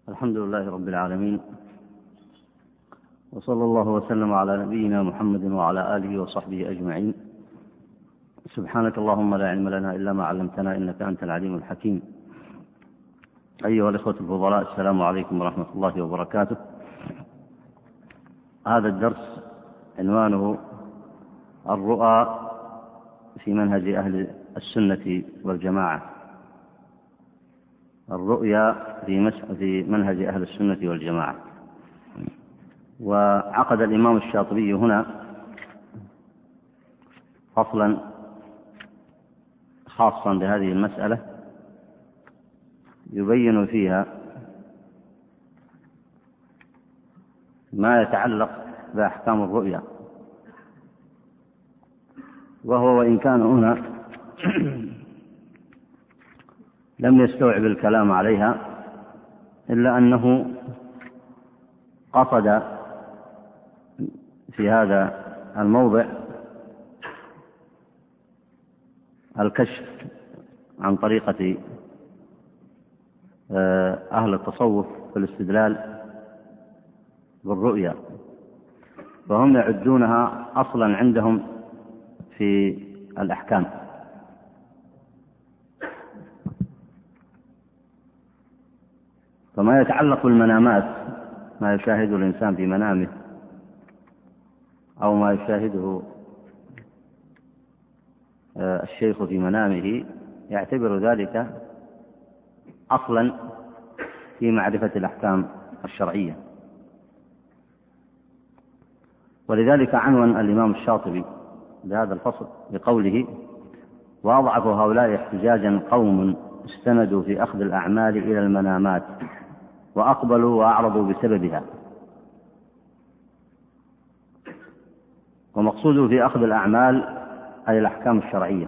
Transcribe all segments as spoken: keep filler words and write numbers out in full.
الحمد لله رب العالمين، وصلى الله وسلم على نبينا محمد وعلى آله وصحبه أجمعين. سبحانك اللهم لا علم لنا إلا ما علمتنا إنك أنت العليم الحكيم. أيها الإخوة الفضلاء، السلام عليكم ورحمة الله وبركاته. هذا الدرس عنوانه الرؤى في منهج أهل السنة والجماعة. الرؤيا في منهج أهل السنة والجماعة. وعقد الإمام الشاطبي هنا فصلا خاصا بهذه المسألة يبين فيها ما يتعلق بأحكام الرؤيا، وهو وإن كان هنا لم يستوعب الكلام عليها، إلا أنه قصد في هذا الموضع الكشف عن طريقة أهل التصوف في الاستدلال بالرؤيا، فهم يعدونها أصلا عندهم في الأحكام. فما يتعلق بالمنامات، ما يشاهده الإنسان في منامه أو ما يشاهده الشيخ في منامه، يعتبر ذلك أصلا في معرفة الأحكام الشرعية. ولذلك عنوان الإمام الشاطبي بهذا الفصل بقوله: وأضعف هؤلاء احتجاجا قوم استندوا في أخذ الأعمال إلى المنامات وأقبلوا وأعرضوا بسببها. ومقصوده في أخذ الأعمال أي الأحكام الشرعية.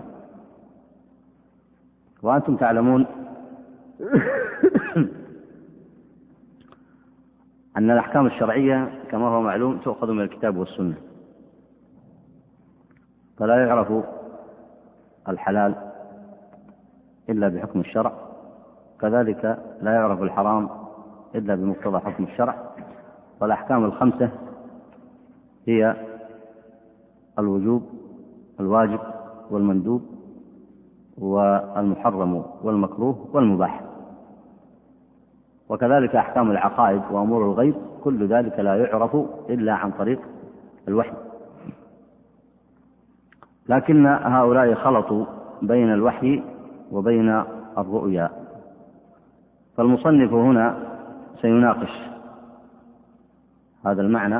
وأنتم تعلمون أن الأحكام الشرعية كما هو معلوم تؤخذ من الكتاب والسنة، فلا يعرف الحلال إلا بحكم الشرع، كذلك لا يعرف الحرام إلا بمقتضى حكم الشرع. والأحكام الخمسة هي الوجوب والواجب والمندوب والمحرم والمكروه والمباح. وكذلك أحكام العقائد وأمور الغيب، كل ذلك لا يعرف إلا عن طريق الوحي. لكن هؤلاء خلطوا بين الوحي وبين الرؤيا، فالمصنف هنا سيناقش هذا المعنى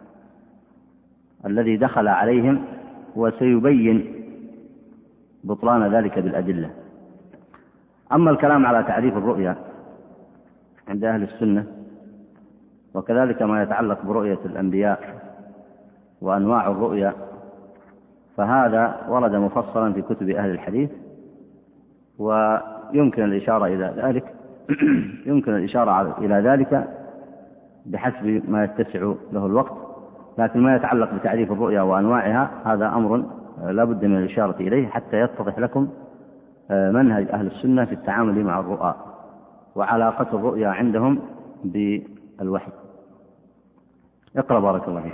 الذي دخل عليهم، وسيبين بطلان ذلك بالأدلة. أما الكلام على تعريف الرؤيا عند أهل السنة، وكذلك ما يتعلق برؤية الأنبياء وأنواع الرؤيا، فهذا ورد مفصلا في كتب أهل الحديث، ويمكن الإشارة إلى ذلك يمكن الإشارة إلى ذلك بحسب ما يتسع له الوقت. لكن ما يتعلق بتعريف الرؤيا وأنواعها هذا أمر لا بد من الإشارة إليه حتى يتضح لكم منهج أهل السنة في التعامل مع الرؤى وعلاقة الرؤيا عندهم بالوحي. اقرأ بارك الله فيك.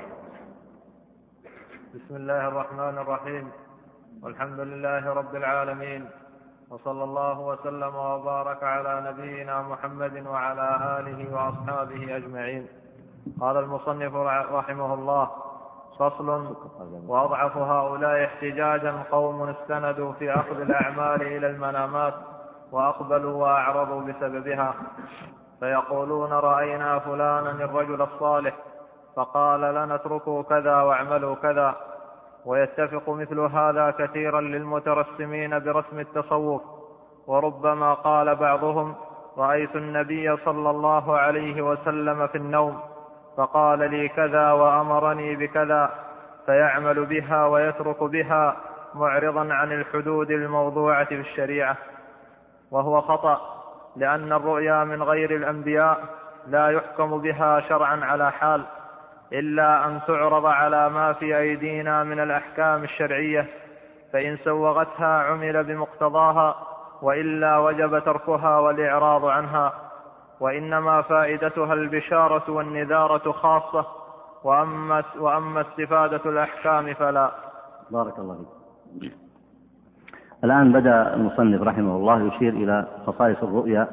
بسم الله الرحمن الرحيم، والحمد لله رب العالمين، وصلى الله وسلم وبارك على نبينا محمد وعلى آله وأصحابه أجمعين. قال المصنف رحمه الله: فصل: وأضعف هؤلاء احتجاجا قوم استندوا في أخذ الأعمال إلى المنامات وأقبلوا وأعرضوا بسببها، فيقولون: رأينا فلانا الرجل الصالح فقال لنا اتركوا كذا واعملوا كذا. ويتفق مثل هذا كثيرا للمترسمين برسم التصوف. وربما قال بعضهم: رأيت النبي صلى الله عليه وسلم في النوم فقال لي كذا وأمرني بكذا، فيعمل بها ويترك بها معرضا عن الحدود الموضوعة في الشريعة. وهو خطأ، لأن الرؤيا من غير الأنبياء لا يحكم بها شرعا على حال، إلا أن تعرض على ما في أيدينا من الأحكام الشرعية، فإن سوغتها عمل بمقتضاها، وإلا وجب تركها والإعراض عنها. وإنما فائدتها البشارة والنذارة خاصة، وأما, وأما استفادة الأحكام فلا. بارك الله فيك. الآن بدأ المصنف رحمه الله يشير إلى خصائص الرؤيا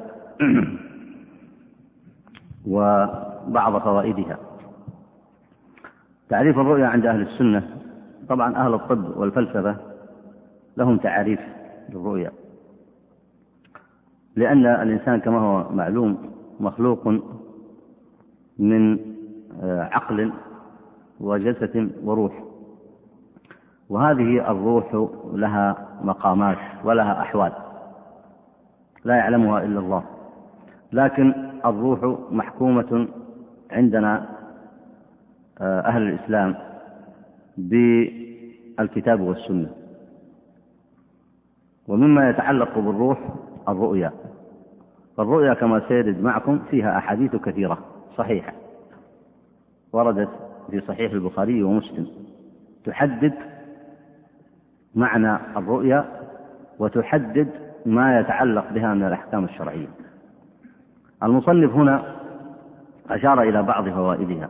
وبعض فوائدها. تعريف الرؤيا عند أهل السنة، طبعا أهل الطب والفلسفة لهم تعريف للرؤيا، لأن الإنسان كما هو معلوم مخلوق من عقل وجسد وروح، وهذه الروح لها مقامات ولها أحوال لا يعلمها إلا الله، لكن الروح محكومة عندنا أهل الإسلام بالكتاب والسنة. ومما يتعلق بالروح الرؤيا، فالرؤيا كما سيرد معكم فيها أحاديث كثيرة صحيحة وردت في صحيح البخاري ومسلم تحدد معنى الرؤيا وتحدد ما يتعلق بها من الأحكام الشرعية. المصنف هنا أشار إلى بعض فوائدها،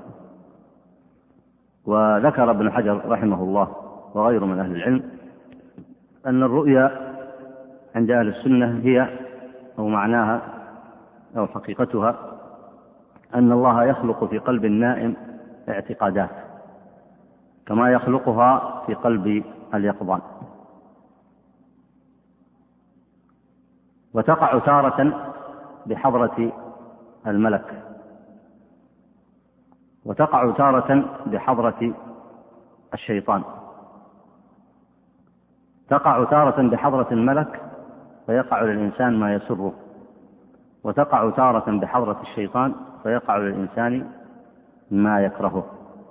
وذكر ابن حجر رحمه الله وغيره من أهل العلم أن الرؤيا عند أهل السنة هي أو معناها أو حقيقتها أن الله يخلق في قلب النائم اعتقادات كما يخلقها في قلب اليقظان، وتقع تارة بحضرة الملك، وتقع تارة بحضرة الشيطان. تقع تارة بحضرة الملك فيقع للإنسان ما يسره، وتقع تارة بحضرة الشيطان فيقع للإنسان ما يكرهه.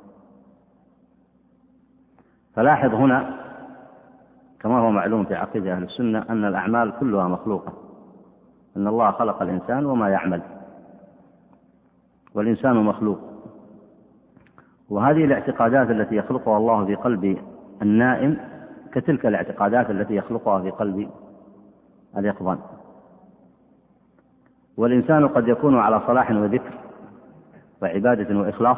فلاحظ هنا كما هو معلوم في عقيدة أهل السنة أن الأعمال كلها مخلوقة، أن الله خلق الإنسان وما يعمل، والإنسان مخلوق. وهذه الاعتقادات التي يخلقها الله في قلب النائم كتلك الاعتقادات التي يخلقها في قلب اليقظان. والإنسان قد يكون على صلاح وذكر وعبادة وإخلاص،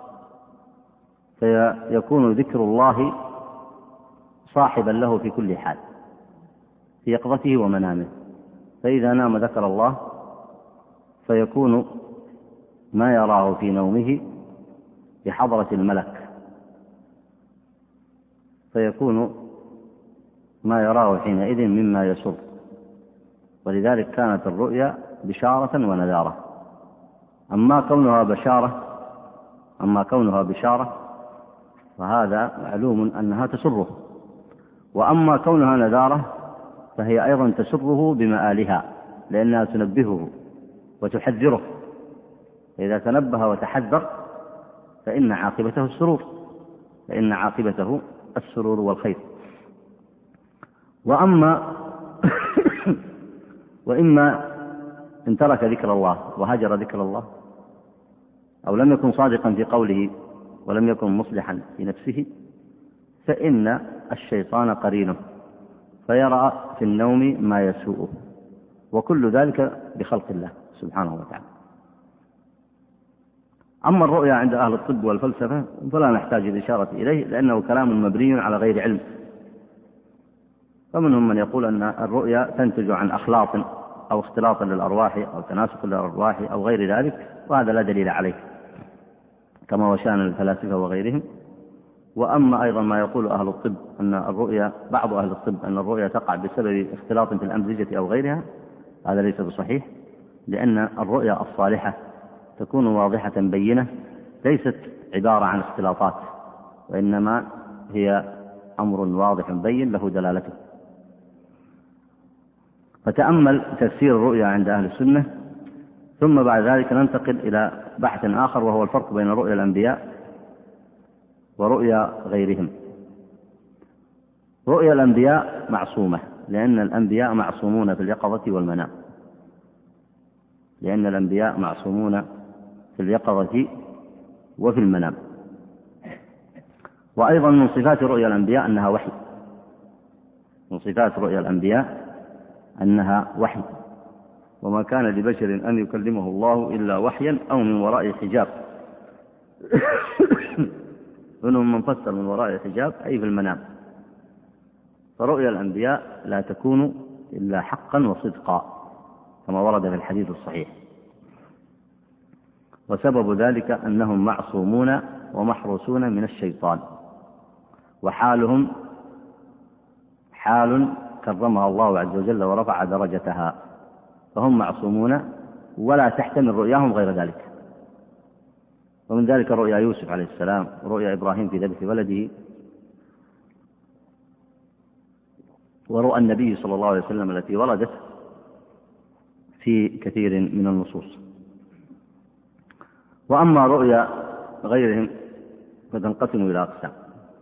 فيكون ذكر الله صاحبا له في كل حال في يقظته ومنامه، فإذا نام ذكر الله فيكون ما يراه في نومه بحضرة الملك، فيكون ما يراه حينئذ مما يسر. ولذلك كانت الرؤيا بشارة ونذارة. أما كونها بشارة أما كونها بشارة فهذا معلوم أنها تسره، وأما كونها نذارة فهي أيضا تسره بمآلها، لأنها تنبهه وتحذره، فإذا تنبه وتحذر فإن عاقبته السرور فإن عاقبته السرور والخير. وأما وإما إن ترك ذكر الله وهجر ذكر الله أو لم يكن صادقا في قوله ولم يكن مصلحا في نفسه فإن الشيطان قرينه فيرى في النوم ما يسوءه، وكل ذلك بخلق الله سبحانه وتعالى. أما الرؤيا عند أهل الطب والفلسفة فلا نحتاج الإشارة إليه، لأنه كلام مبني على غير علم. فمنهم من يقول أن الرؤيا تنتج عن أخلاط أو اختلاط للأرواح أو تناسق للأرواح أو غير ذلك، وهذا لا دليل عليه كما هو شأن الفلاسفة وغيرهم. وأما أيضا ما يقول أهل الطب أن الرؤيا بعض أهل الطب أن الرؤيا تقع بسبب اختلاط في الأمزجة أو غيرها، هذا ليس بصحيح، لأن الرؤيا الصالحة تكون واضحة بينة، ليست عبارة عن اختلاطات، وإنما هي أمر واضح بين له دلالته. فتأمل تفسير الرؤيا عند أهل السنة، ثم بعد ذلك ننتقل إلى بحث آخر، وهو الفرق بين رؤيا الأنبياء ورؤيا غيرهم. رؤيا الأنبياء معصومة، لأن الأنبياء معصومون في اليقظة والمنام لأن الأنبياء معصومون في اليقظة وفي المنام. وأيضا من صفات رؤيا الأنبياء أنها وحي من صفات رؤيا الأنبياء أنها وحي وما كان لبشر أن يكلمه الله إلا وحيا أو من وراء حجاب. منهم من فسر من وراء حجاب أي في المنام. فرؤيا الأنبياء لا تكون إلا حقا وصدقا كما ورد في الحديث الصحيح، وسبب ذلك أنهم معصومون ومحروسون من الشيطان، وحالهم حال كرمها الله عز وجل ورفع درجتها، فهم معصومون ولا تحتمل رؤياهم غير ذلك. ومن ذلك رؤيا يوسف عليه السلام، ورؤيا إبراهيم في ذبح ولده، ورؤى النبي صلى الله عليه وسلم التي وردت في كثير من النصوص. وأما رؤيا غيرهم فتنقسم إلى أقسام.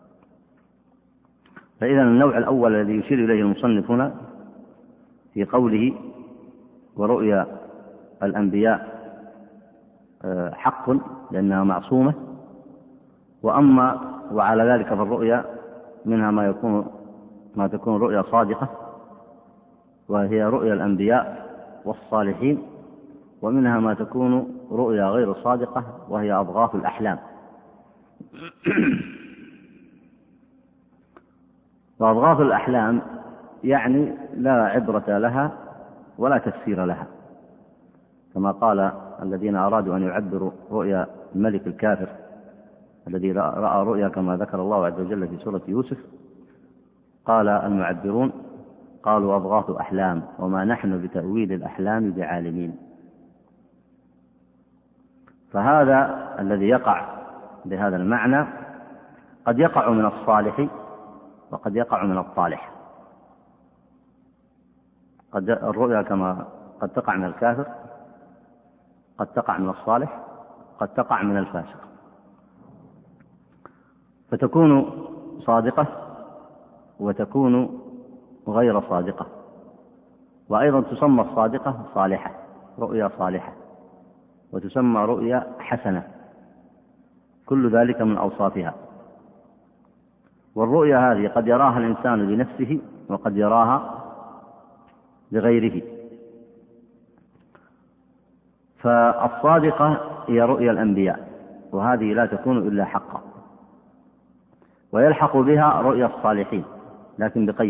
فإذا النوع الأول الذي يشير إليه المصنف هنا في قوله ورؤيا الأنبياء حق لأنها معصومة، وأما وعلى ذلك فالرؤيا منها ما يكون ما تكون رؤيا صادقة وهي رؤيا الأنبياء والصالحين، ومنها ما تكون رؤيا غير صادقة وهي أضغاث الأحلام. وأضغاث الأحلام يعني لا عبرة لها ولا تفسير لها، كما قال الذين أرادوا أن يعبروا رؤيا الملك الكافر الذي رأى رؤيا كما ذكر الله عز وجل في سورة يوسف، قال المعبرون قالوا أضغاث أحلام وما نحن بتأويل الأحلام بعالمين. فهذا الذي يقع بهذا المعنى قد يقع من الصالح وقد يقع من الطالح. قد الرؤيا كما قد تقع من الكافر، قد تقع من الصالح، قد تقع من الفاسق، فتكون صادقة وتكون غير صادقة. وأيضا تسمى الصادقة صالحة، رؤيا صالحة، وتسمى رؤيا حسنة، كل ذلك من أوصافها. والرؤيا هذه قد يراها الإنسان لنفسه وقد يراها لغيره. فالصادقة هي رؤيا الأنبياء، وهذه لا تكون إلا حقا، ويلحق بها رؤيا الصالحين لكن بقيد.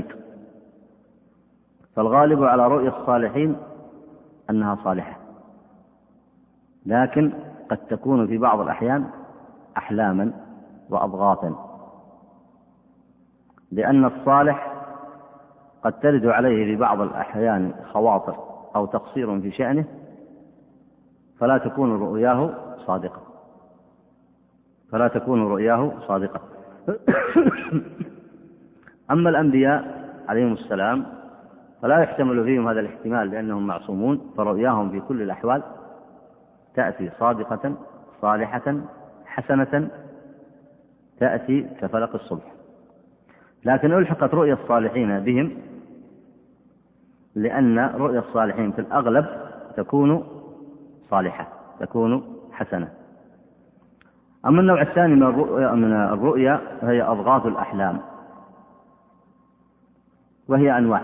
فالغالب على رؤيا الصالحين أنها صالحة، لكن قد تكون في بعض الأحيان أحلاما وأضغاثا، لأن الصالح قد ترد عليه في بعض الأحيان خواطر أو تقصير في شأنه فلا تكون رؤياه صادقة فلا تكون رؤياه صادقة. أما الأنبياء عليهم السلام فلا يحتمل فيهم هذا الاحتمال لأنهم معصومون، فرؤياهم في كل الأحوال تأتي صادقة صالحة حسنة، تأتي كفلق الصبح. لكن ألحقت رؤيا الصالحين بهم لأن رؤيا الصالحين في الأغلب تكون صالحة، تكون حسنة. أما النوع الثاني من الرؤيا, من الرؤيا هي أضغاث الأحلام، وهي أنواع.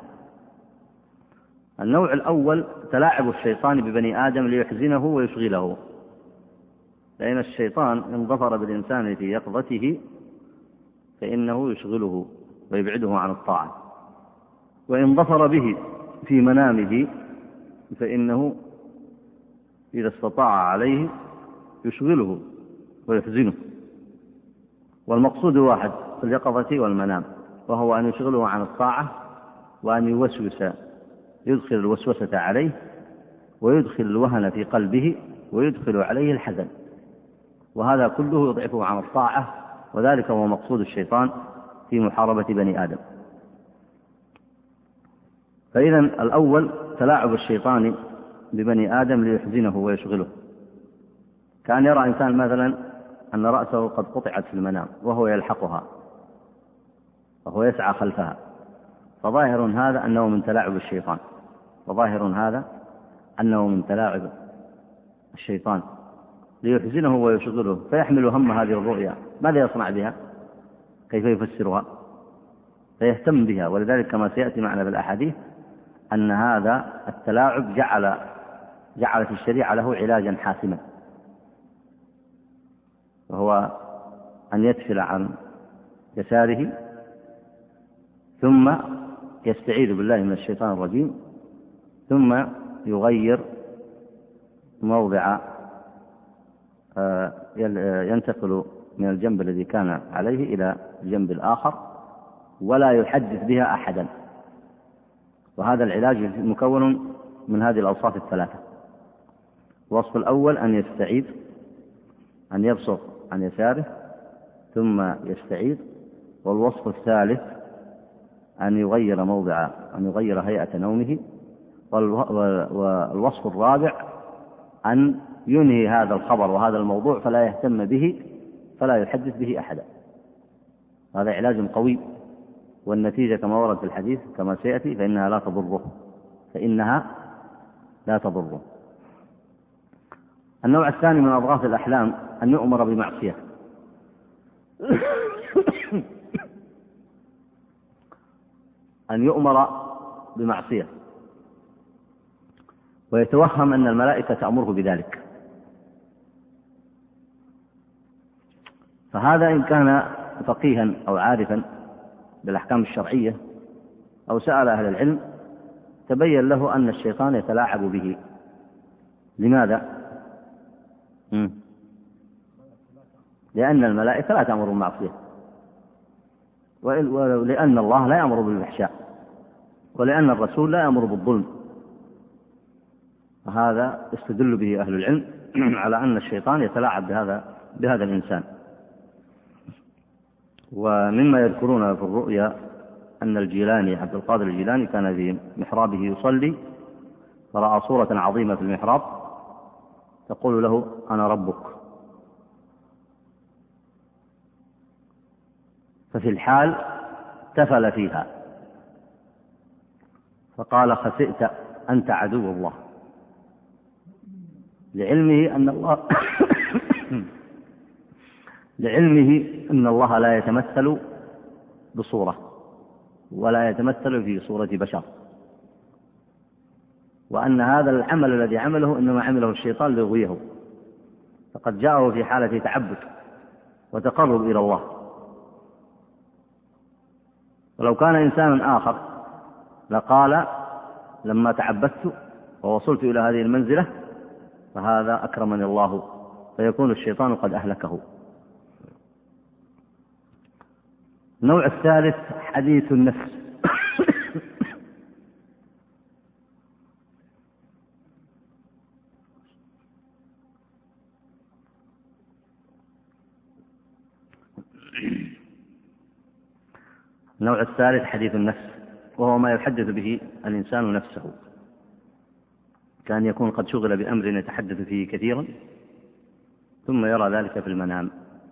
النوع الأول تلاعب الشيطان ببني آدم ليحزنه ويشغله، لأن الشيطان إن ظفر بالإنسان في يقظته فإنه يشغله ويبعده عن الطاعة، وإن ظفر به في منامه فإنه إذا استطاع عليه يشغله ويحزنه. والمقصود واحد في اليقظة والمنام، وهو أن يشغله عن الطاعة وأن يوسوس، يدخل الوسوسة عليه ويدخل الوهن في قلبه ويدخل عليه الحزن، وهذا كله يضعفه عن الطاعة، وذلك هو مقصود الشيطان في محاربة بني آدم. فإذا الأول تلاعب الشيطان ببني آدم ليحزنه ويشغله، كان يرى إنسان مثلا أن رأسه قد قطعت في المنام وهو يلحقها وهو يسعى خلفها، فظاهر هذا أنه من تلاعب الشيطان، وظاهر هذا أنه من تلاعب الشيطان ليحزنه ويشغله، فيحمل هم هذه الرؤيا، ماذا يصنع بها؟ كيف يفسرها؟ فيهتم بها. ولذلك كما سيأتي معنا بالأحاديث أن هذا التلاعب جعل جعلت الشريعة له علاجا حاسما، وهو أن يدفل عن يساره ثم يستعيذ بالله من الشيطان الرجيم، ثم يغير موضع ينتقل من الجنب الذي كان عليه إلى الجنب الآخر ولا يحدث بها أحدا. وهذا العلاج مكون من هذه الأوصاف الثلاثة. الوصف الأول أن يستعيذ، أن يبصق عن يساره ثم يستعيذ. والوصف الثالث أن يغير موضع أن يغير هيئة نومه. والوصف الرابع أن ينهي هذا الخبر وهذا الموضوع فلا يهتم به فلا يحدث به أحدا. هذا علاج قوي، والنتيجة كما ورد في الحديث كما سيأتي فإنها لا تضره فإنها لا تضره. النوع الثاني من أضغاث الأحلام أن يؤمر بمعصية أن يؤمر بمعصية ويتوهم أن الملائكة تأمره بذلك. فهذا إن كان فقيها أو عارفا بالأحكام الشرعية أو سأل أهل العلم تبين له أن الشيطان يتلاعب به. لماذا؟ م. لأن الملائكة لا تأمر بالمعصية، ولأن الله لا يأمر بالفحشاء، ولأن الرسول لا يأمر بالظلم. فهذا استدل به أهل العلم على أن الشيطان يتلاعب بهذا بهذا الإنسان. ومما يذكرون في الرؤيا أن الجيلاني عبد القادر الجيلاني كان في محرابه يصلي فرأى صورة عظيمة في المحراب تقول له أنا ربك، ففي الحال تفل فيها فقال خسئت أنت عدو الله، لعلمه أن الله لعلمه أن الله لا يتمثل بصورة ولا يتمثل في صورة بشر، وأن هذا العمل الذي عمله إنما عمله الشيطان ليغويه، فقد جاءه في حالة تعبد وتقرب إلى الله. ولو كان إنسانا آخر لقال لما تعبدت ووصلت إلى هذه المنزلة فهذا أكرمني الله، فيكون الشيطان قد أهلكه. النوع الثالث حديث النفس. النوع الثالث حديث النفس، وهو ما يحدث به الإنسان نفسه، كان يكون قد شغل بأمر يتحدث فيه كثيرا ثم يرى ذلك في المنام،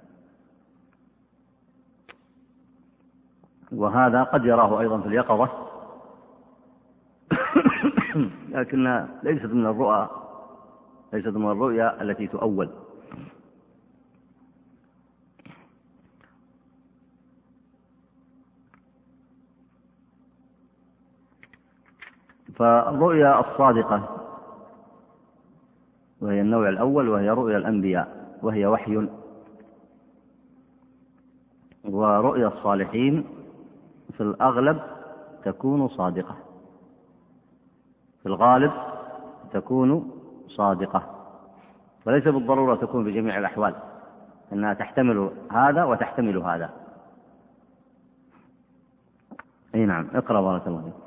وهذا قد يراه أيضا في اليقظة لكن ليست من الرؤى ليست من الرؤيا التي تؤول. فالرؤيا الصادقة وهي النوع الأول، وهي رؤيا الأنبياء وهي وحي، ورؤيا الصالحين في الأغلب تكون صادقة، في الغالب تكون صادقة، وليس بالضرورة تكون في جميع الأحوال، أنها تحتمل هذا وتحتمل هذا. أي نعم، اقرأ بارك الله فيك.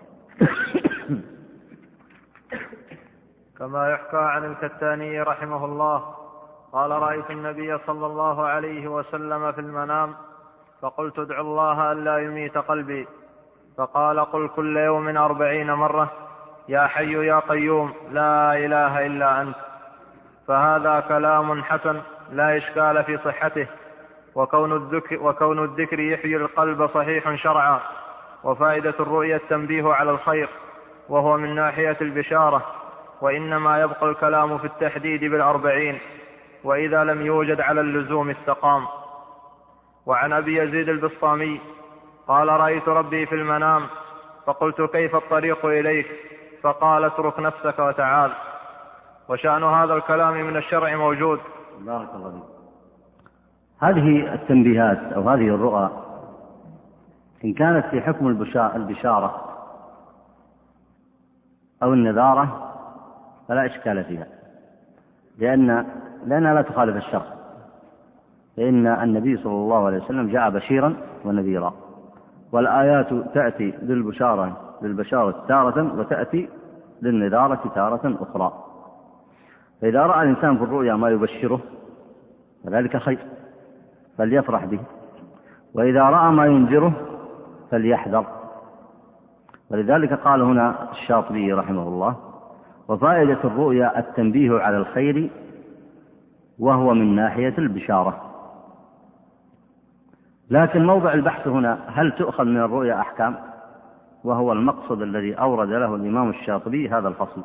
كما يحكى عن الكتاني رحمه الله قال رأيت النبي صلى الله عليه وسلم في المنام فقلت ادعو الله ألا يميت قلبي، فقال قل كل يوم أربعين مرة يا حي يا قيوم لا إله إلا أنت. فهذا كلام حسن لا إشكال في صحته، وكون الذكر, وكون الذكر يحيي القلب صحيح شرعا. وفائدة الرؤيا التنبيه على الخير، وهو من ناحية البشارة، وإنما يبقى الكلام في التحديد بالأربعين، وإذا لم يوجد على اللزوم استقام. وعن أبي يزيد البسطامي قال رأيت ربي في المنام فقلت كيف الطريق إليك؟ فقال اترك نفسك وتعال. وشأن هذا الكلام من الشرع موجود. بارك الله فيك. هذه التنبيهات أو هذه الرؤى إن كانت في حكم البشارة أو النذارة فلا إشكال فيها، لأن لأنها لا تخالف الشرع، فإن النبي صلى الله عليه وسلم جاء بشيرا ونذيرا، والآيات تأتي للبشارة للبشارة تارة وتأتي للنذارة تارة أخرى. فإذا رأى الإنسان في الرؤيا ما يبشره فذلك خير فليفرح به، وإذا رأى ما ينذره فليحذر. ولذلك قال هنا الشاطبي رحمه الله: وفائدة الرؤيا التنبيه على الخير وهو من ناحية البشارة. لكن موضع البحث هنا هل تؤخذ من الرؤيا أحكام؟ وهو المقصد الذي أورد له الإمام الشاطبي هذا الفصل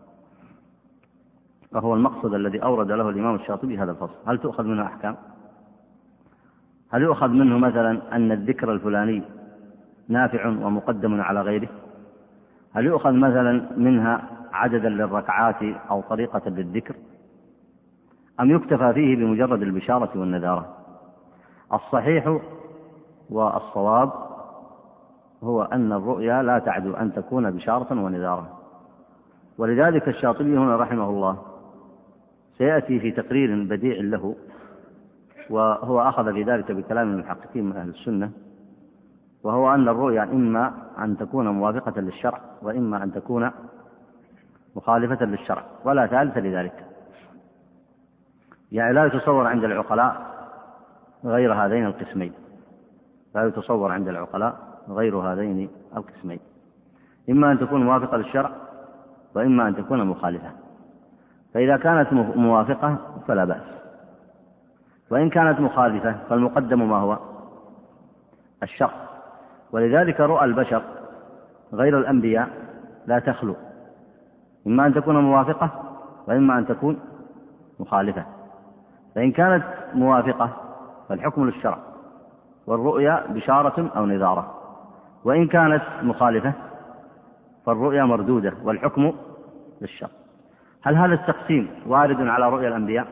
وهو المقصد الذي أورد له الإمام الشاطبي هذا الفصل هل تؤخذ منه أحكام؟ هل يؤخذ منه مثلا أن الذكر الفلاني نافع ومقدم على غيره؟ هل يؤخذ مثلا منها عددا للركعات أو طريقة للذكر؟ أم يكتفى فيه بمجرد البشارة والنذارة؟ الصحيح والصواب هو أن الرؤيا لا تعدو أن تكون بشارة ونذارة. ولذلك الشاطبي هنا رحمه الله سيأتي في تقرير بديع له، وهو أخذ في ذلك بكلام المحققين من أهل السنة، وهو أن الرؤيا إما أن تكون موافقة للشرع وإما أن تكون مخالفة للشرع، ولا ثالث لذلك. يعني لا يتصور عند العقلاء غير هذين القسمين لا يتصور عند العقلاء غير هذين القسمين إما أن تكون موافقة للشرع وإما أن تكون مخالفة. فإذا كانت موافقة فلا بأس، وإن كانت مخالفة فالمقدم ما هو؟ الشرع. ولذلك رؤى البشر غير الأنبياء لا تخلو، إما أن تكون موافقة وإما أن تكون مخالفة. فإن كانت موافقة فالحكم للشرع والرؤيا بشارة أو نذارة، وإن كانت مخالفة فالرؤيا مردودة والحكم للشرع. هل هذا التقسيم وارد على رؤيا الأنبياء؟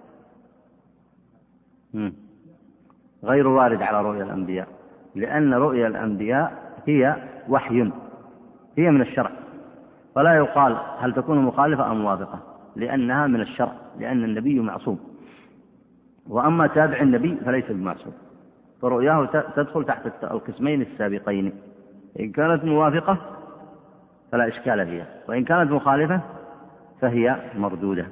مم. غير وارد على رؤيا الأنبياء، لأن رؤيا الأنبياء هي وحي، هي من الشرع، فلا يقال هل تكون مخالفة أو موافقة، لأنها من الشرع، لأن النبي معصوم، وأما تابع النبي فليس بمعصوم، فرؤياه تدخل تحت القسمين السابقين. إن كانت موافقة فلا إشكال فيها، وإن كانت مخالفة فهي مردودة.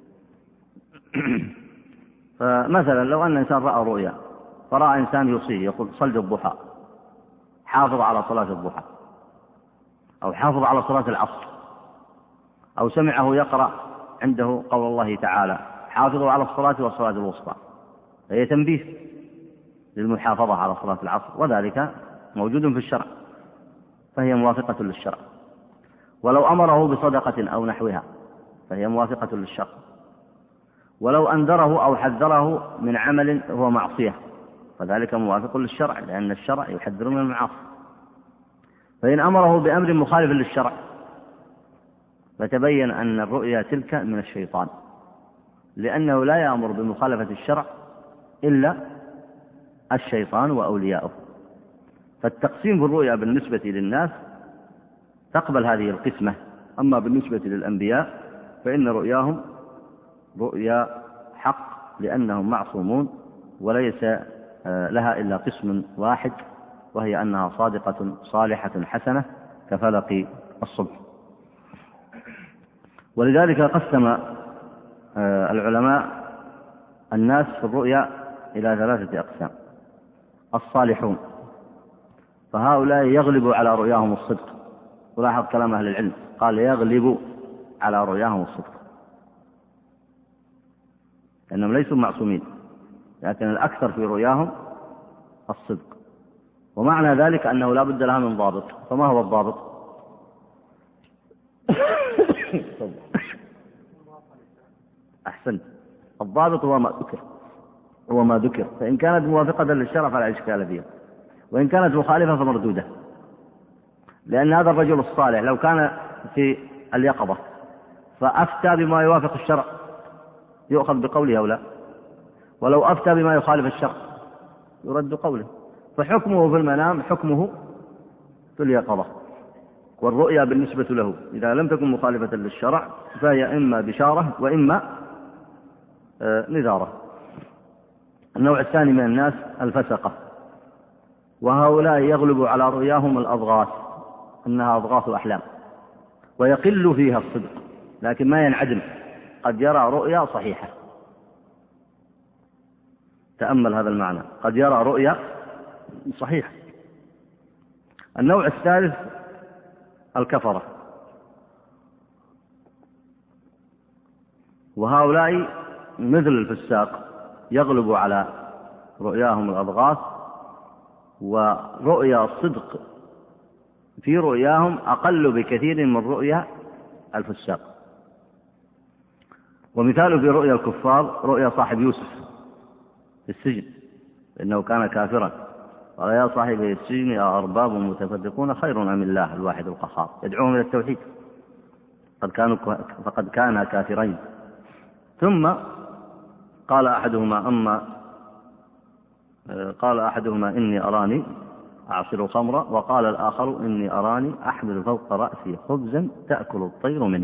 فمثلا لو أن إنسان رأى رؤيا فرأى إنسان يوصيه يقول صل الضحى، حافظ على صلاة الضحى، أو حافظ على صلاة العصر، أو سمعه يقرأ عنده قول الله تعالى حافظوا على الصلاة والصلاة الوسطى، فهي تنبيه للمحافظة على صلاة العصر، وذلك موجود في الشرع فهي موافقة للشرع. ولو أمره بصدقة أو نحوها فهي موافقة للشرع. ولو أنذره أو حذره من عمل هو معصية فذلك موافق للشرع، لأن الشرع يحذر من المعاصي. فإن أمره بأمر مخالف للشرع فتبين أن الرؤيا تلك من الشيطان، لأنه لا يأمر بمخالفة الشرع إلا الشيطان وأولياؤه. فالتقسيم في الرؤيا بالنسبة للناس تقبل هذه القسمة، أما بالنسبة للأنبياء فإن رؤياهم رؤيا حق، لأنهم معصومون وليس لها إلا قسم واحد، وهي أنها صادقة صالحة حسنة كفلق الصبح. ولذلك قسم العلماء الناس في الرؤيا إلى ثلاثة أقسام: الصالحون، فهؤلاء يغلب على رؤياهم الصدق، ولاحظ كلام أهل العلم قال يغلب على رؤياهم الصدق، لأنهم ليسوا معصومين، لكن الأكثر في رؤياهم الصدق. ومعنى ذلك أنه لا بد لها من ضابط. فما هو الضابط؟ أحسنت، الضابط هو ما ذكر هو ما ذكر فإن كانت موافقة للشرع فلا إشكال فيها، وإن كانت مخالفة فمردودة. لأن هذا الرجل الصالح لو كان في اليقظة فأفتى بما يوافق الشرع يؤخذ بقوله أو لا، ولو أفتى بما يخالف الشرع يرد قوله. فحكمه في المنام حكمه في اليقظة، والرؤيا بالنسبة له إذا لم تكن مخالفة للشرع فهي إما بشارة وإما نذارة. النوع الثاني من الناس الفسقة، وهؤلاء يغلب على رؤياهم الأضغاث، أنها أضغاث أحلام ويقل فيها الصدق، لكن ما ينعدم، قد يرى رؤيا صحيحة. تأمل هذا المعنى، قد يرى رؤيا صحيحة. النوع الثالث الكفرة، وهؤلاء مثل الفساق يغلب على رؤياهم الأضغاث، ورؤيا الصدق في رؤياهم أقل بكثير من رؤيا الفساق. ومثال في رؤيا الكفار رؤيا صاحب يوسف في السجن، إنه كان كافرا، قال يا صاحبي السجن أأرباب متفرقون خير أم الله الواحد القهار يدعوهم إلى التوحيد فقد كانوا فقد كانا كافرين. ثم قال أحدهما أما قال أحدهما إني أراني أعصر خمرا، وقال الآخر إني أراني أحمل فوق رأسي خبزا تأكل الطير منه.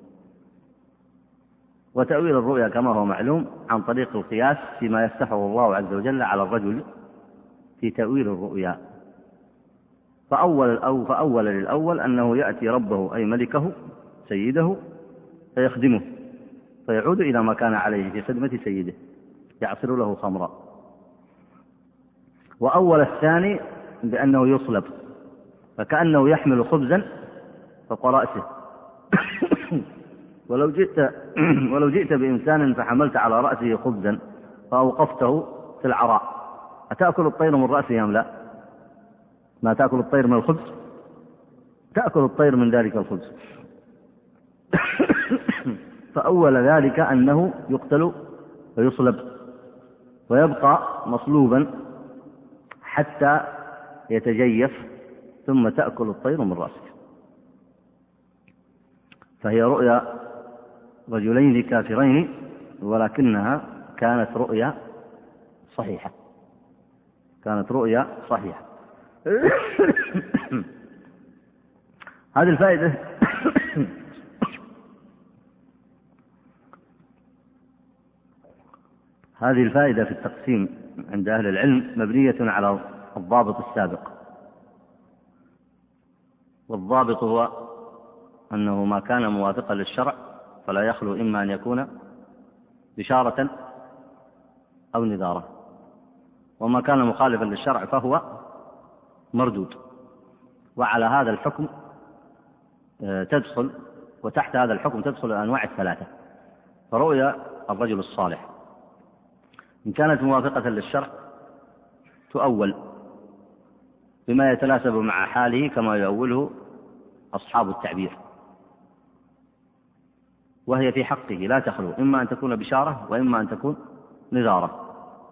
وتأويل الرؤيا كما هو معلوم عن طريق القياس فيما يفتحه الله عز وجل على الرجل في تأويل الرؤيا. فأول الأول فأول للأول أنه يأتي ربه أي ملكه سيده فيخدمه فيعود إلى ما كان عليه في خدمة سيده يعصر له خمرا. وأول الثاني بأنه يصلب، فكأنه يحمل خبزا فوق رأسه ولو جئت ولو جئت بإنسان فحملت على رأسه خبزا فأوقفته في العراء، أتأكل الطير من رأسه أم لا؟ ما تأكل الطير من الخبز، تأكل الطير من ذلك الخبز. فأول ذلك أنه يقتل ويصلب ويبقى مصلوبا حتى يتجيف ثم تأكل الطير من رأسه. فهي رؤيا رجلين كافرين ولكنها كانت رؤيا صحيحة، كانت رؤيا صحيحة. هذه الفائدة هذه الفائدة في التقسيم عند أهل العلم مبنية على الضابط السابق، والضابط هو أنه ما كان موافقا للشرع فلا يخلو إما أن يكون بشارة أو نذارة، وما كان مخالفا للشرع فهو مردود. وعلى هذا الحكم تدخل وتحت هذا الحكم تدخل الأنواع الثلاثة. فرؤيا الرجل الصالح إن كانت موافقة للشرع تؤول بما يتناسب مع حاله كما يؤوله أصحاب التعبير، وهي في حقه لا تخلو إما أن تكون بشارة وإما أن تكون نذارة،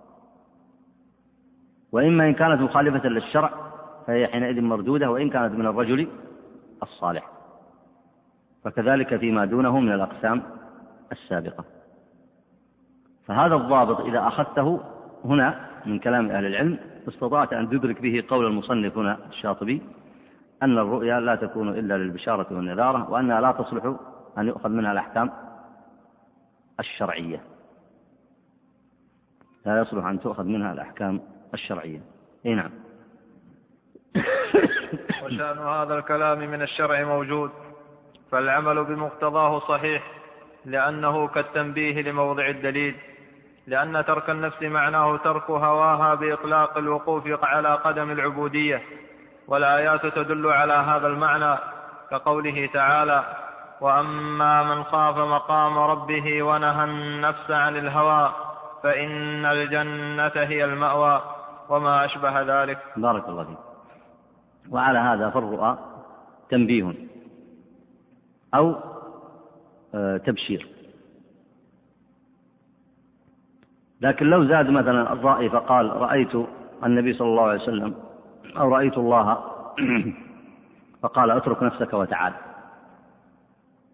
وإما إن كانت مخالفة للشرع فهي حينئذ مردودة وإن كانت من الرجل الصالح. فكذلك فيما دونه من الأقسام السابقة. فهذا الضابط إذا أخذته هنا من كلام أهل العلم استطعت أن تدرك به قول المصنف هنا الشاطبي أن الرؤيا لا تكون إلا للبشارة والنذارة، وأنها لا تصلح أن يؤخذ منها الأحكام الشرعية، لا يصلح أن تؤخذ منها الأحكام الشرعية. إيه نعم. وشأن هذا الكلام من الشرع موجود، فالعمل بمقتضاه صحيح، لأنه كالتنبيه لموضع الدليل، لأن ترك النفس معناه ترك هواها بإطلاق الوقوف على قدم العبودية، والآيات تدل على هذا المعنى كقوله تعالى: وأما من خاف مقام ربه ونهى النفس عن الهوى فإن الجنة هي المأوى، وما أشبه ذلك. بارك الله فيك. وعلى هذا فالرؤى تنبيه أو تبشير. لكن لو زاد مثلا الرأي فقال رأيت النبي صلى الله عليه وسلم أو رأيت الله فقال اترك نفسك وتعال،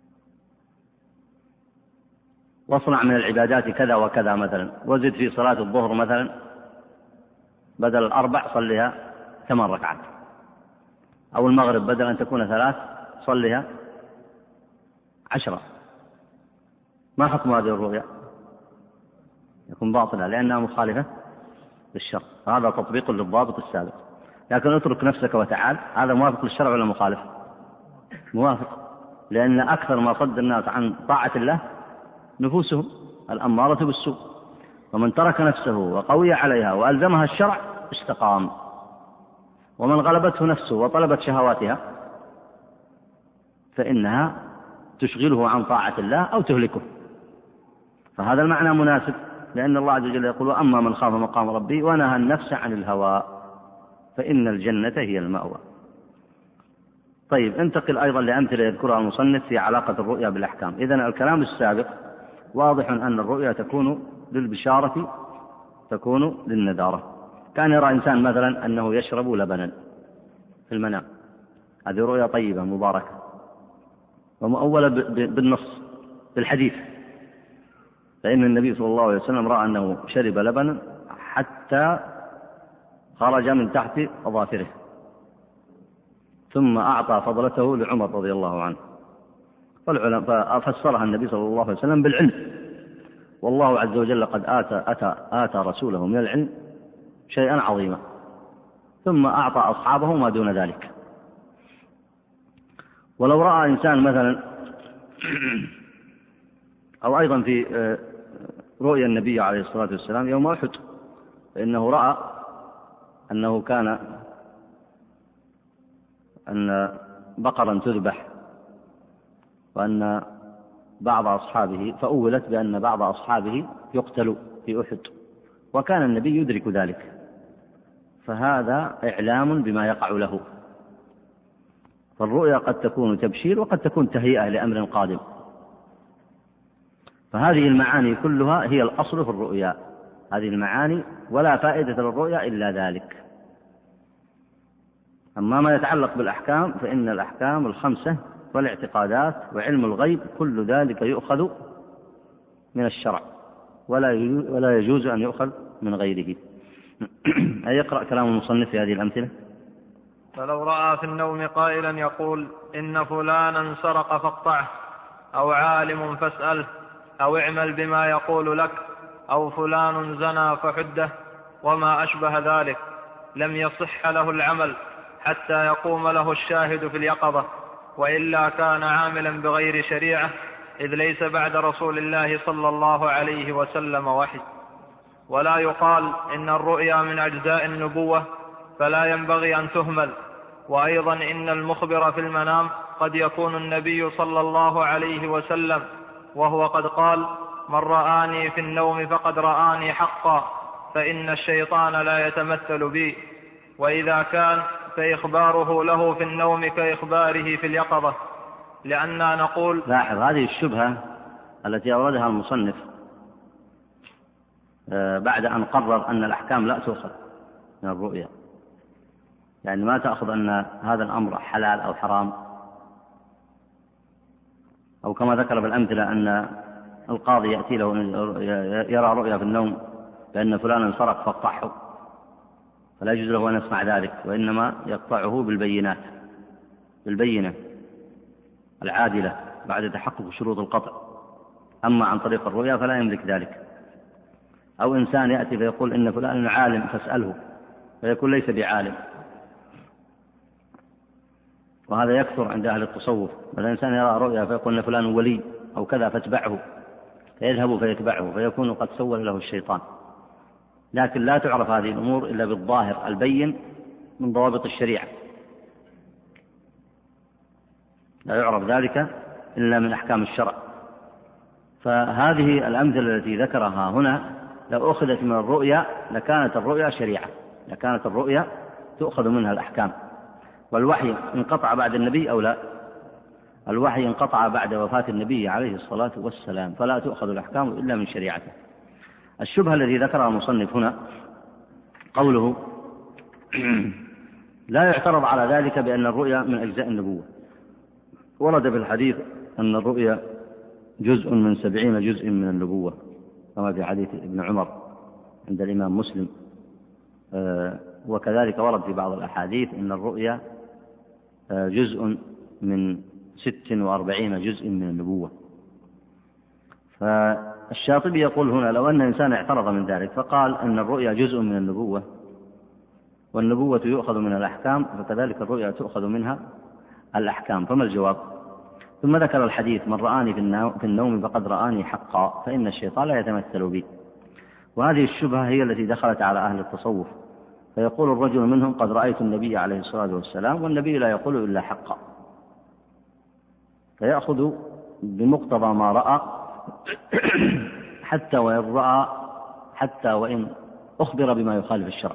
واصنع من العبادات كذا وكذا مثلا، وزد في صلاة الظهر مثلا بدل الأربع صليها ثمان ركعات، أو المغرب بدل أن تكون ثلاث صليها عشرة، ما حكم هذه الرؤيا؟ يكون باطلة لأنها مخالفة للشرع، هذا تطبيق للضابط السابق. لكن اترك نفسك وتعال، هذا موافق للشرع ولا مخالف؟ موافق، لأن أكثر ما صد الناس عن طاعة الله نفوسهم الأمارة بالسوء، ومن ترك نفسه وقوي عليها وألزمها الشرع استقام، ومن غلبته نفسه وطلبت شهواتها فإنها تشغله عن طاعة الله أو تهلكه. فهذا المعنى مناسب، لأن الله عز وجل يقول: أما من خاف مقام ربه ونهى النفس عن الهوى فإن الجنة هي المأوى. طيب، انتقل أيضا لأمثلة يذكرها المصنف في علاقة الرؤيا بالأحكام. إذن الكلام السابق واضح أن الرؤيا تكون للبشارة، تكون للنذارة. كان يرى إنسان مثلا أنه يشرب لبنا في المنام، هذه رؤيا طيبة مباركة ومؤولة بالنص بالحديث، فإن النبي صلى الله عليه وسلم رأى أنه شرب لبنا حتى خرج من تحت أظافره، ثم أعطى فضلته لعمر رضي الله عنه، ففسرها النبي صلى الله عليه وسلم بالعلم، والله عز وجل قد آتى, أتى, آتى رسوله من العلم شيئا عظيما، ثم أعطى أصحابه ما دون ذلك. ولو رأى إنسان مثلا أو أيضا في رؤيا النبي عليه الصلاة والسلام يوم أحد، فإنه رأى أنه كان أن بقرا تذبح، وأن بعض أصحابه فأولت بأن بعض أصحابه يقتل في أحد، وكان النبي يدرك ذلك، فهذا إعلام بما يقع له. فالرؤيا قد تكون تبشير وقد تكون تهيئة لأمر قادم، فهذه المعاني كلها هي الأصل في الرؤيا، هذه المعاني، ولا فائدة للرؤيا إلا ذلك. أما ما يتعلق بالأحكام فإن الأحكام الخمسة والاعتقادات وعلم الغيب كل ذلك يؤخذ من الشرع، ولا يجوز أن يؤخذ من غيره. يقرأ كلام المصنف في هذه الأمثلة. فلو رأى في النوم قائلا يقول: إن فلانا سرق فاقطعه، أو عالم فاسأله، أو اعمل بما يقول لك، أو فلان زنى فحده، وما أشبه ذلك، لم يصح له العمل حتى يقوم له الشاهد في اليقظة، وإلا كان عاملا بغير شريعة، إذ ليس بعد رسول الله صلى الله عليه وسلم وحي. ولا يقال إن الرؤيا من أجزاء النبوة، فلا ينبغي أن تهمل. وأيضا إن المخبر في المنام قد يكون النبي صلى الله عليه وسلم، وهو قد قال: من رآني في النوم فقد رآني حقا، فإن الشيطان لا يتمثل بي. وإذا كان فإخباره له في النوم كإخباره في اليقظة، لأننا نقول. لاحظ هذه الشبهة التي أوردها المصنف بعد أن قرر أن الأحكام لا تؤخذ من الرؤيا، يعني ما تأخذ أن هذا الأمر حلال أو حرام، أو كما ذكر بالأمثلة أن القاضي يأتي له يرى رؤيا في النوم بأن فلانا سرق فاقطعه، فلا يجوز له أن يسمع ذلك، وإنما يقطعه بالبينات، بالبينة العادلة بعد تحقق شروط القطع. أما عن طريق الرؤيا فلا يملك ذلك. أو إنسان يأتي فيقول: إن فلان عالم فاسأله، فيقول ليس بعالم، وهذا يكثر عند أهل التصوف. مثلا إنسان يرى رؤيا فيقول إن فلان ولي أو كذا فاتبعه، فيذهب فيتبعه، فيكون قد سول له الشيطان. لكن لا تعرف هذه الأمور إلا بالظاهر البين من ضوابط الشريعة، لا يعرف ذلك إلا من أحكام الشرع. فهذه الأمثلة التي ذكرها هنا لو أخذت من الرؤيا لكانت الرؤيا شريعة، لكانت الرؤيا تؤخذ منها الأحكام. والوحي انقطع بعد النبي أو لا؟ الوحي انقطع بعد وفاة النبي عليه الصلاة والسلام، فلا تؤخذ الأحكام إلا من شريعته. الشبهة الذي ذكرها المصنف هنا قوله: لا يعترض على ذلك بأن الرؤيا من أجزاء النبوة. ورد في الحديث أن الرؤيا جزء من سبعين جزء من النبوة كما في حديث ابن عمر عند الإمام مسلم. وكذلك ورد في بعض الأحاديث أن الرؤيا جزء من ست وأربعين جزء من النبوة. فالشاطبي يقول هنا لو أن إنسان اعترض من ذلك فقال أن الرؤيا جزء من النبوة والنبوة يؤخذ من الأحكام فكذلك الرؤيا تؤخذ منها الأحكام، فما الجواب؟ ثم ذكر الحديث: من رآني في النوم فقد رآني حقا فإن الشيطان لا يتمثل بي. وهذه الشبهة هي التي دخلت على أهل التصوف، فيقول الرجل منهم: قد رأيت النبي عليه الصلاة والسلام، والنبي لا يقول إلا حقا، فيأخذ بمقتضى ما رأى حتى وإن رأى حتى وإن أخبر بما يخالف الشرع.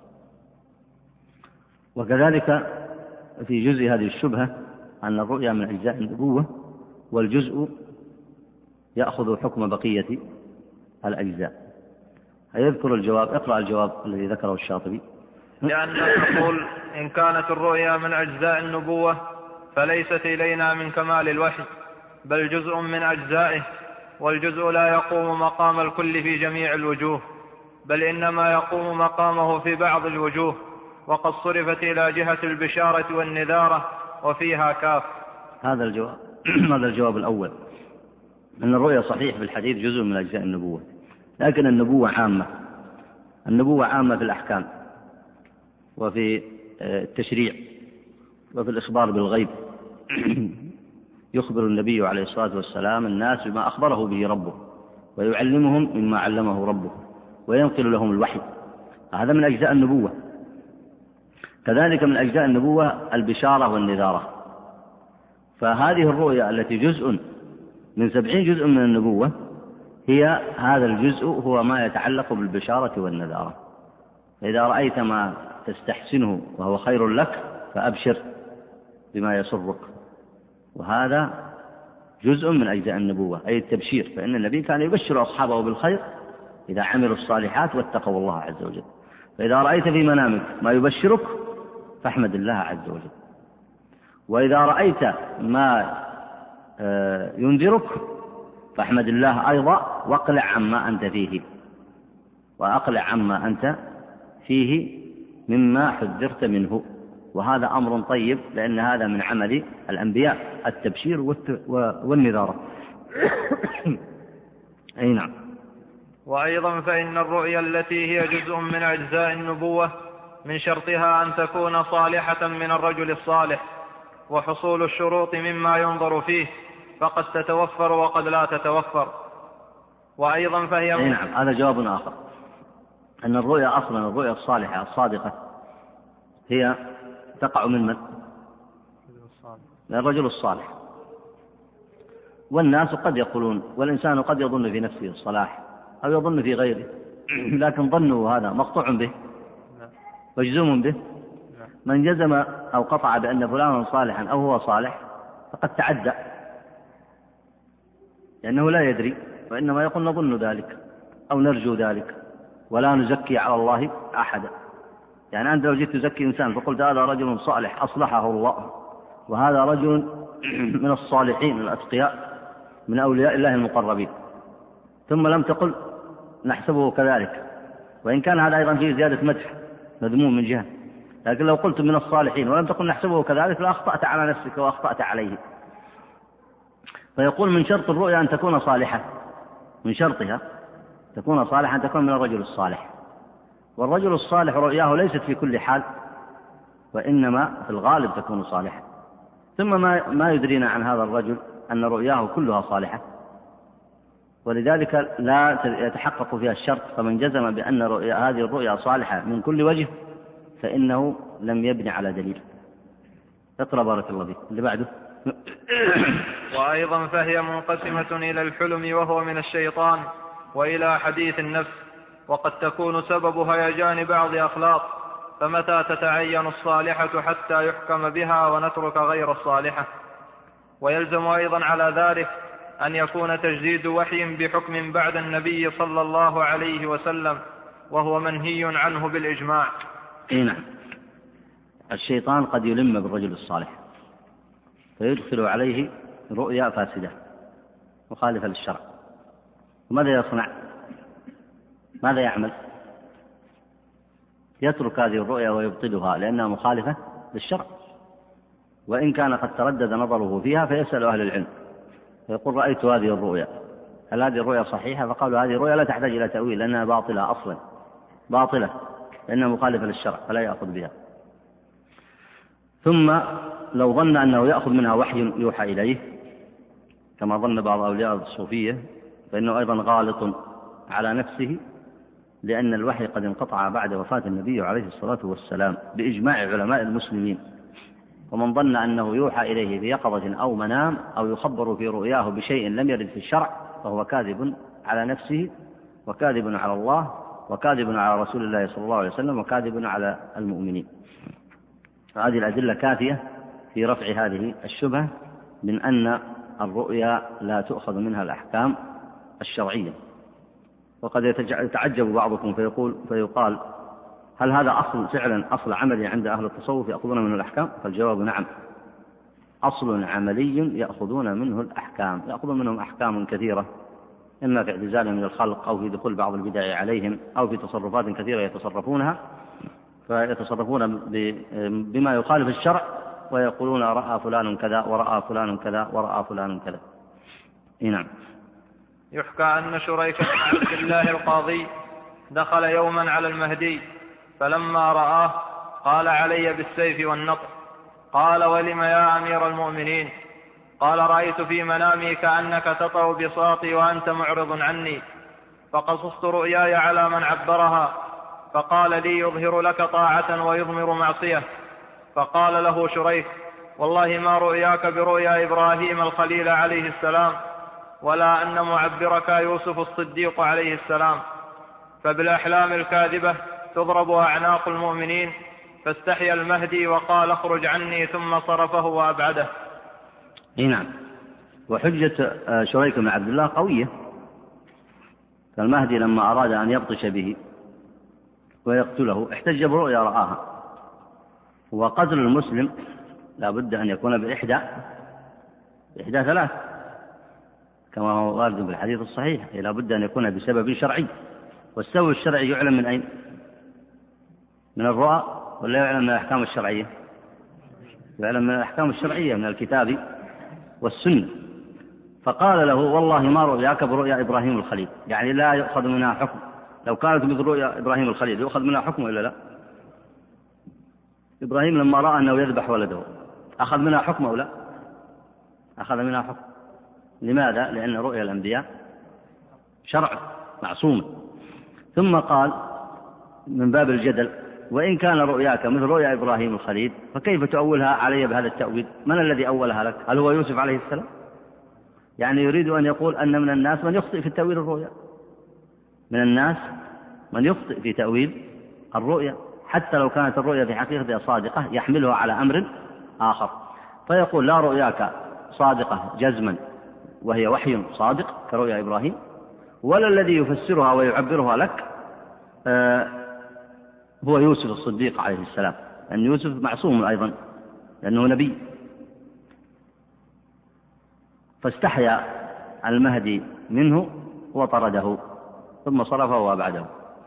وكذلك في جزء هذه الشبهة أن الرؤيا من أجزاء النبوة والجزء يأخذ حكم بقية الأجزاء. هيذكر الجواب. اقرأ الجواب الذي ذكره الشاطبي. لأننا نقول إن كانت الرؤيا من أجزاء النبوة فليست إلينا من كمال الوحي، بل جزء من أجزائه، والجزء لا يقوم مقام الكل في جميع الوجوه، بل إنما يقوم مقامه في بعض الوجوه، وقد صرفت إلى جهة البشارة والنذارة وفيها كاف. هذا الجواب هذا الجواب الأول، أن الرؤيا صحيح في الحديث جزء من أجزاء النبوة، لكن النبوة عامة، النبوة عامة في الأحكام وفي التشريع وفي الإخبار بالغيب. يخبر النبي عليه الصلاة والسلام الناس بما أخبره به ربه، ويعلمهم مما علمه ربه، وينقل لهم الوحي. هذا من أجزاء النبوة. كذلك من أجزاء النبوة البشارة والنذارة. فهذه الرؤيا التي جزء من سبعين جزء من النبوة هي هذا الجزء هو ما يتعلق بالبشارة والنذارة. فإذا رأيت ما تستحسنه وهو خير لك فأبشر بما يسرك، وهذا جزء من أجزاء النبوة، أي التبشير. فإن النبي كان يبشر أصحابه بالخير إذا عملوا الصالحات واتقوا الله عز وجل. فإذا رأيت في منامك ما يبشرك فاحمد الله عز وجل، وإذا رأيت ما ينذرك فاحمد الله أيضا، واقلع عما أنت فيه وأقلع عما أنت فيه مما حذرت منه. وهذا أمر طيب، لأن هذا من عمل الأنبياء، التبشير والنذارة. أي نعم. وأيضا فإن الرؤيا التي هي جزء من أجزاء النبوة من شرطها أن تكون صالحة من الرجل الصالح، وحصول الشروط مما ينظر فيه، فقد تتوفر وقد لا تتوفر. وأيضا فهي أي نعم. هذا جواب آخر، أن الرؤيا أصلا الرؤيا الصالحة الصادقة هي تقع من من؟ من الرجل الصالح. والناس قد يقولون، والإنسان قد يظن في نفسه الصلاح أو يظن في غيره، لكن ظنه هذا مقطوع به مجزوم به. من جزم أو قطع بأن فلانا صالحا أو هو صالح فقد تعدى، لأنه لا يدري، وإنما يقول نظن ذلك أو نرجو ذلك ولا نزكي على الله أحدا. يعني أنت لو جئت تزكي إنسان فقلت هذا رجل صالح أصلحه الله، وهذا رجل من الصالحين الأتقياء من أولياء الله المقربين، ثم لم تقل نحسبه كذلك، وإن كان هذا أيضا فيه زيادة مدح مذموم من جهة، لكن لو قلت من الصالحين ولم تقل نحسبه كذلك لأخطأت على نفسك وأخطأت عليه. فيقول من شرط الرؤيا أن تكون صالحة، من شرطها تكون صالحة، أن تكون من الرجل الصالح. والرجل الصالح رؤياه ليست في كل حال، وإنما في الغالب تكون صالحة. ثم ما, ما يدرينا عن هذا الرجل أن رؤياه كلها صالحة، ولذلك لا يتحقق فيها الشرط. فمن جزم بأن رؤيا هذه الرؤيا صالحة من كل وجه فإنه لم يبني على دليل. اقرأ بارك الله فيك اللي بعده. وأيضا فهي منقسمة إلى الحلم وهو من الشيطان، وإلى حديث النفس، وقد تكون سبب هيجان بعض أخلاق، فمتى تتعين الصالحة حتى يحكم بها ونترك غير الصالحة. ويلزم أيضا على ذلك أن يكون تجديد وحي بحكم بعد النبي صلى الله عليه وسلم، وهو منهي عنه بالإجماع. نعم. الشيطان قد يلم بالرجل الصالح فيدخل عليه رؤيا فاسدة، مخالفة للشرع، وماذا يصنع؟ ماذا يعمل؟ يترك هذه الرؤيا ويبطلها لأنها مخالفة للشرع، وإن كان قد تردد نظره فيها فيسأل أهل العلم فيقول رأيت هذه الرؤيا، هل هذه الرؤيا صحيحة؟ فقالوا هذه الرؤيا لا تحتاج إلى تأويل لأنها باطلة أصلا، باطلة لأنها مخالفة للشرع فلا يأخذ بها. ثم لو ظن أنه يأخذ منها وحي يوحى إليه كما ظن بعض أولياء الصوفية فإنه أيضا غالط على نفسه، لأن الوحي قد انقطع بعد وفاة النبي عليه الصلاة والسلام بإجماع علماء المسلمين. ومن ظن أنه يوحى إليه في يقظة أو منام أو يخبر في رؤياه بشيء لم يرد في الشرع فهو كاذب على نفسه وكاذب على الله وكاذب على رسول الله صلى الله عليه وسلم وكاذب على المؤمنين. هذه الأدلة كافية في رفع هذه الشبهة من أن الرؤيا لا تؤخذ منها الأحكام الشرعية. وقد يتعجب بعضكم فيقول فيقال هل هذا أصل فعلا أصل عملي عند أهل التصوف يأخذون منه الأحكام؟ فالجواب نعم، أصل عملي يأخذون منه الأحكام، يأخذون منهم أحكام كثيرة إما في اعتزالهم من الخلق أو في دخول بعض البدع عليهم أو في تصرفات كثيرة يتصرفونها، فيتصرفون بما يخالف الشرع ويقولون رأى فلان كذا ورأى فلان كذا ورأى فلان كذا. نعم. يحكى أن شريك بن عبد الله القاضي دخل يوما على المهدي فلما رآه قال علي بالسيف والنطق. قال ولم يا أمير المؤمنين؟ قال رأيت في منامي كأنك تطأ بساطي وأنت معرض عني، فقصصت رؤياي على من عبرها فقال لي يظهر لك طاعة ويضمر معصية. فقال له شريك والله ما رؤياك برؤيا إبراهيم الخليل عليه السلام ولا أن معبرك يوسف الصديق عليه السلام، فبالأحلام الكاذبة تضرب أعناق المؤمنين. فاستحيا المهدي وقال اخرج عني ثم صرفه وأبعده. نعم. وحجة شريك بن عبد الله قوية، فالمهدي لما أراد أن يبطش به ويقتله احتج برؤيا رآها، وقتل المسلم لا بد أن يكون بإحدى بإحدى ثلاث كما هو وارد في الحديث الصحيح، لا بد أن يكون بسبب شرعي. والسبب الشرعي يعلم من أين؟ من الرؤى ولا يعلم من الأحكام الشرعية؟ يعلم من الأحكام الشرعية من الكتاب والسنة. فقال له والله ما رؤياك برؤيا إبراهيم الخليل، يعني لا يؤخذ منها حكم. لو كانت مثل رؤيا إبراهيم الخليل يؤخذ منها حكم ولا لا؟ إبراهيم لما رأى أنه يذبح ولده أخذ منها حكم أو لا؟ أخذ منها حكم. لماذا؟ لأن رؤيا الأنبياء شرع معصومة. ثم قال من باب الجدل وإن كان رؤياك مثل رؤيا إبراهيم الخليل فكيف تؤولها علي بهذا التأويل؟ من الذي أولها لك؟ هل هو يوسف عليه السلام؟ يعني يريد أن يقول أن من الناس من يخطئ في تأويل الرؤيا، من الناس من يخطئ في تأويل الرؤيا حتى لو كانت الرؤيا في حقيقتها صادقة يحملها على أمر آخر، فيقول لا رؤياك صادقة جزما وهي وحي صادق كرؤيا إبراهيم، ولا الذي يفسرها ويعبرها لك آه هو يوسف الصديق عليه السلام، لأن يوسف معصوم أيضا لأنه نبي. فاستحيا المهدي منه وطرده ثم صرفه وأبعده.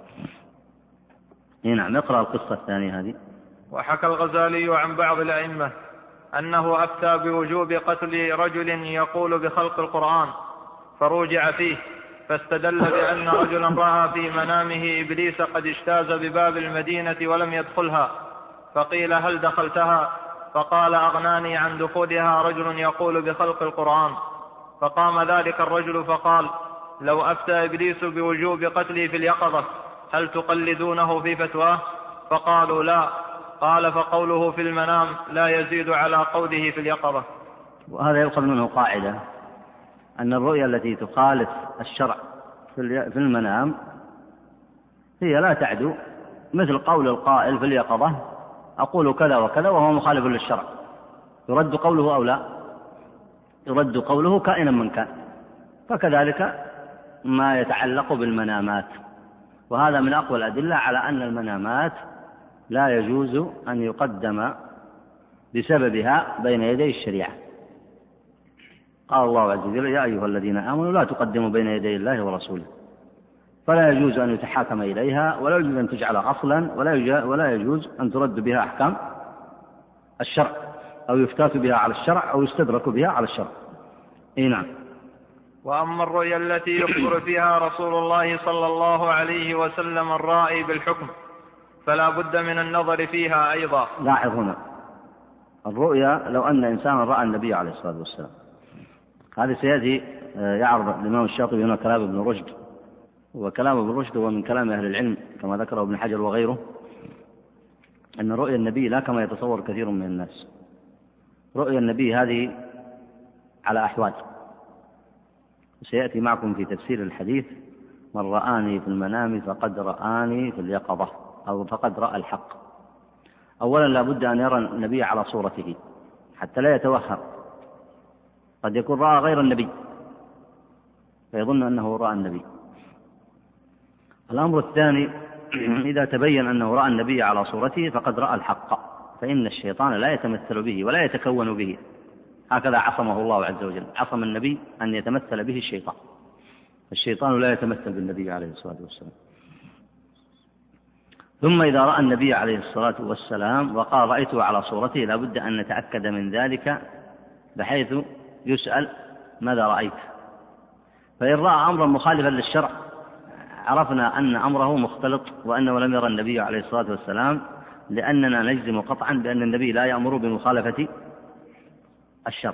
نعم. اقرأ القصة الثانية هذه. وحكى الغزالي عن بعض الأئمة أنه أفتى بوجوب قتل رجل يقول بخلق القرآن فروجع فيه، فاستدل بأن رجلا رأى في منامه إبليس قد اجتاز بباب المدينة ولم يدخلها، فقيل هل دخلتها؟ فقال أغناني عن دخولها رجل يقول بخلق القرآن. فقام ذلك الرجل فقال لو أفتى إبليس بوجوب قتلي في اليقظة هل تقلدونه في فتواه؟ فقالوا لا. قال فقوله في المنام لا يزيد على قوله في اليقظة. وهذا يؤخذ منه قاعدة أن الرؤيا التي تخالف الشرع في المنام هي لا تعدو مثل قول القائل في اليقظة أقول كذا وكذا وهو مخالف للشرع، يرد قوله أو لا؟ يرد قوله كائنا من كان. فكذلك ما يتعلق بالمنامات، وهذا من أقوى الأدلة على أن المنامات لا يجوز أن يقدم بسببها بين يدي الشريعة. قال الله عز وجل: يا أيها الذين آمنوا لا تقدموا بين يدي الله ورسوله، فلا يجوز أن يتحاكم إليها، ولا يجوز أن تجعل أصلا، ولا يجوز أن ترد بها أحكام الشرع، أو يفتات بها على الشرع، أو يستدرك بها على الشرع. إيه نعم. وأما الرؤيا التي يخبر فيها رسول الله صلى الله عليه وسلم الرائي بالحكم فلا بد من النظر فيها أيضا. لاحظ هنا الرؤيا، لو أن إنسانا رأى النبي عليه الصلاة والسلام، هذا سيأتي يعرض الإمام الشاطبي هنا كلام ابن رشد، وكلام ابن رشد هو من كلام أهل العلم كما ذكره ابن حجر وغيره، أن رؤيا النبي لا كما يتصور كثير من الناس. رؤيا النبي هذه على أحوال، سيأتي معكم في تفسير الحديث: من رآني في المنام فقد رآني في اليقظة، أو فقد رأى الحق. أولا لا بد أن يرى النبي على صورته حتى لا يتوهم، قد يكون رأى غير النبي فيظن أنه رأى النبي. الأمر الثاني: إذا تبين أنه رأى النبي على صورته فقد رأى الحق، فإن الشيطان لا يتمثل به ولا يتكون به، هكذا عصمه الله عز وجل، عصم النبي أن يتمثل به الشيطان، الشيطان لا يتمثل بالنبي عليه الصلاة والسلام. ثم إذا رأى النبي عليه الصلاة والسلام وقال رأيته على صورته، لا بد أن نتأكد من ذلك، بحيث يسأل: ماذا رأيت؟ فإن رأى أمرا مخالفا للشرع عرفنا أن أمره مختلط، وأنه لم يرى النبي عليه الصلاة والسلام، لأننا نجزم قطعا بأن النبي لا يأمر بمخالفة الشرع.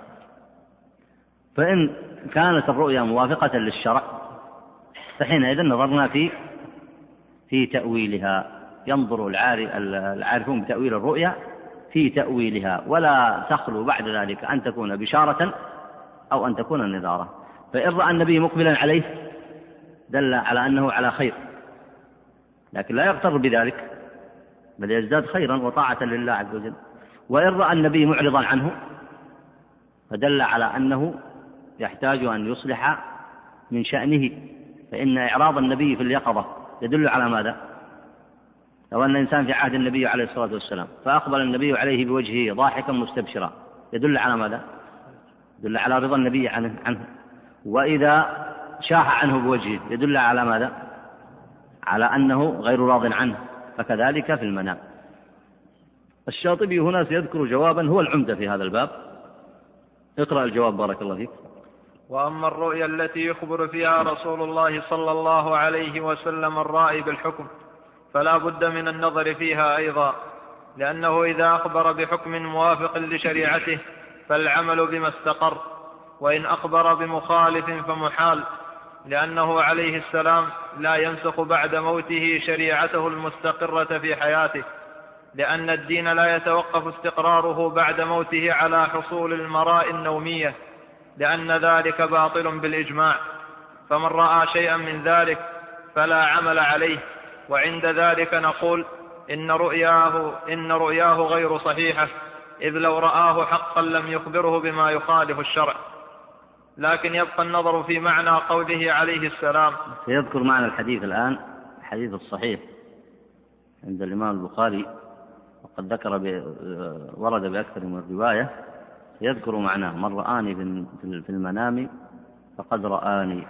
فإن كانت الرؤيا موافقة للشرع فحينئذ نظرنا في في تأويلها. ينظر العارفون بتأويل الرؤيا في تأويلها، ولا تخلو بعد ذلك أن تكون بشارة أو أن تكون نذارة. فإن رأى النبي مقبلا عليه دل على أنه على خير، لكن لا يغتر بذلك، بل يزداد خيرا وطاعة لله عز وجل. وإن رأى النبي معرضا عنه فدل على أنه يحتاج أن يصلح من شأنه، فإن إعراض النبي في اليقظة يدل على ماذا؟ لو أن إنسان في عهد النبي عليه الصلاة والسلام فأقبل النبي عليه بوجهه ضاحكا مستبشرا، يدل على ماذا؟ يدل على رضا النبي عنه, عنه. وإذا شاح عنه بوجهه يدل على ماذا؟ على أنه غير راض عنه. فكذلك في المنام. الشاطبي هنا سيذكر جوابا هو العمدة في هذا الباب. اقرأ الجواب بارك الله فيك. وأما الرؤيا التي يخبر فيها رسول الله صلى الله عليه وسلم الرائي بالحكم فلا بد من النظر فيها أيضا، لأنه إذا أخبر بحكم موافق لشريعته فالعمل بما استقر، وإن أخبر بمخالف فمحال، لأنه عليه السلام لا ينسخ بعد موته شريعته المستقرة في حياته، لأن الدين لا يتوقف استقراره بعد موته على حصول المراء النومية، لأن ذلك باطل بالإجماع. فمن رأى شيئا من ذلك فلا عمل عليه، وعند ذلك نقول إن رؤياه, إن رؤياه غير صحيحة، إذ لو رآه حقا لم يخبره بما يخالف الشرع. لكن يبقى النظر في معنى قوله عليه السلام. سيذكر معنى الحديث الآن، الحديث الصحيح عند الإمام البخاري، وقد ذكر ورد بأكثر من رواية، يذكر معناه: من رآني في المنام فقد رآني،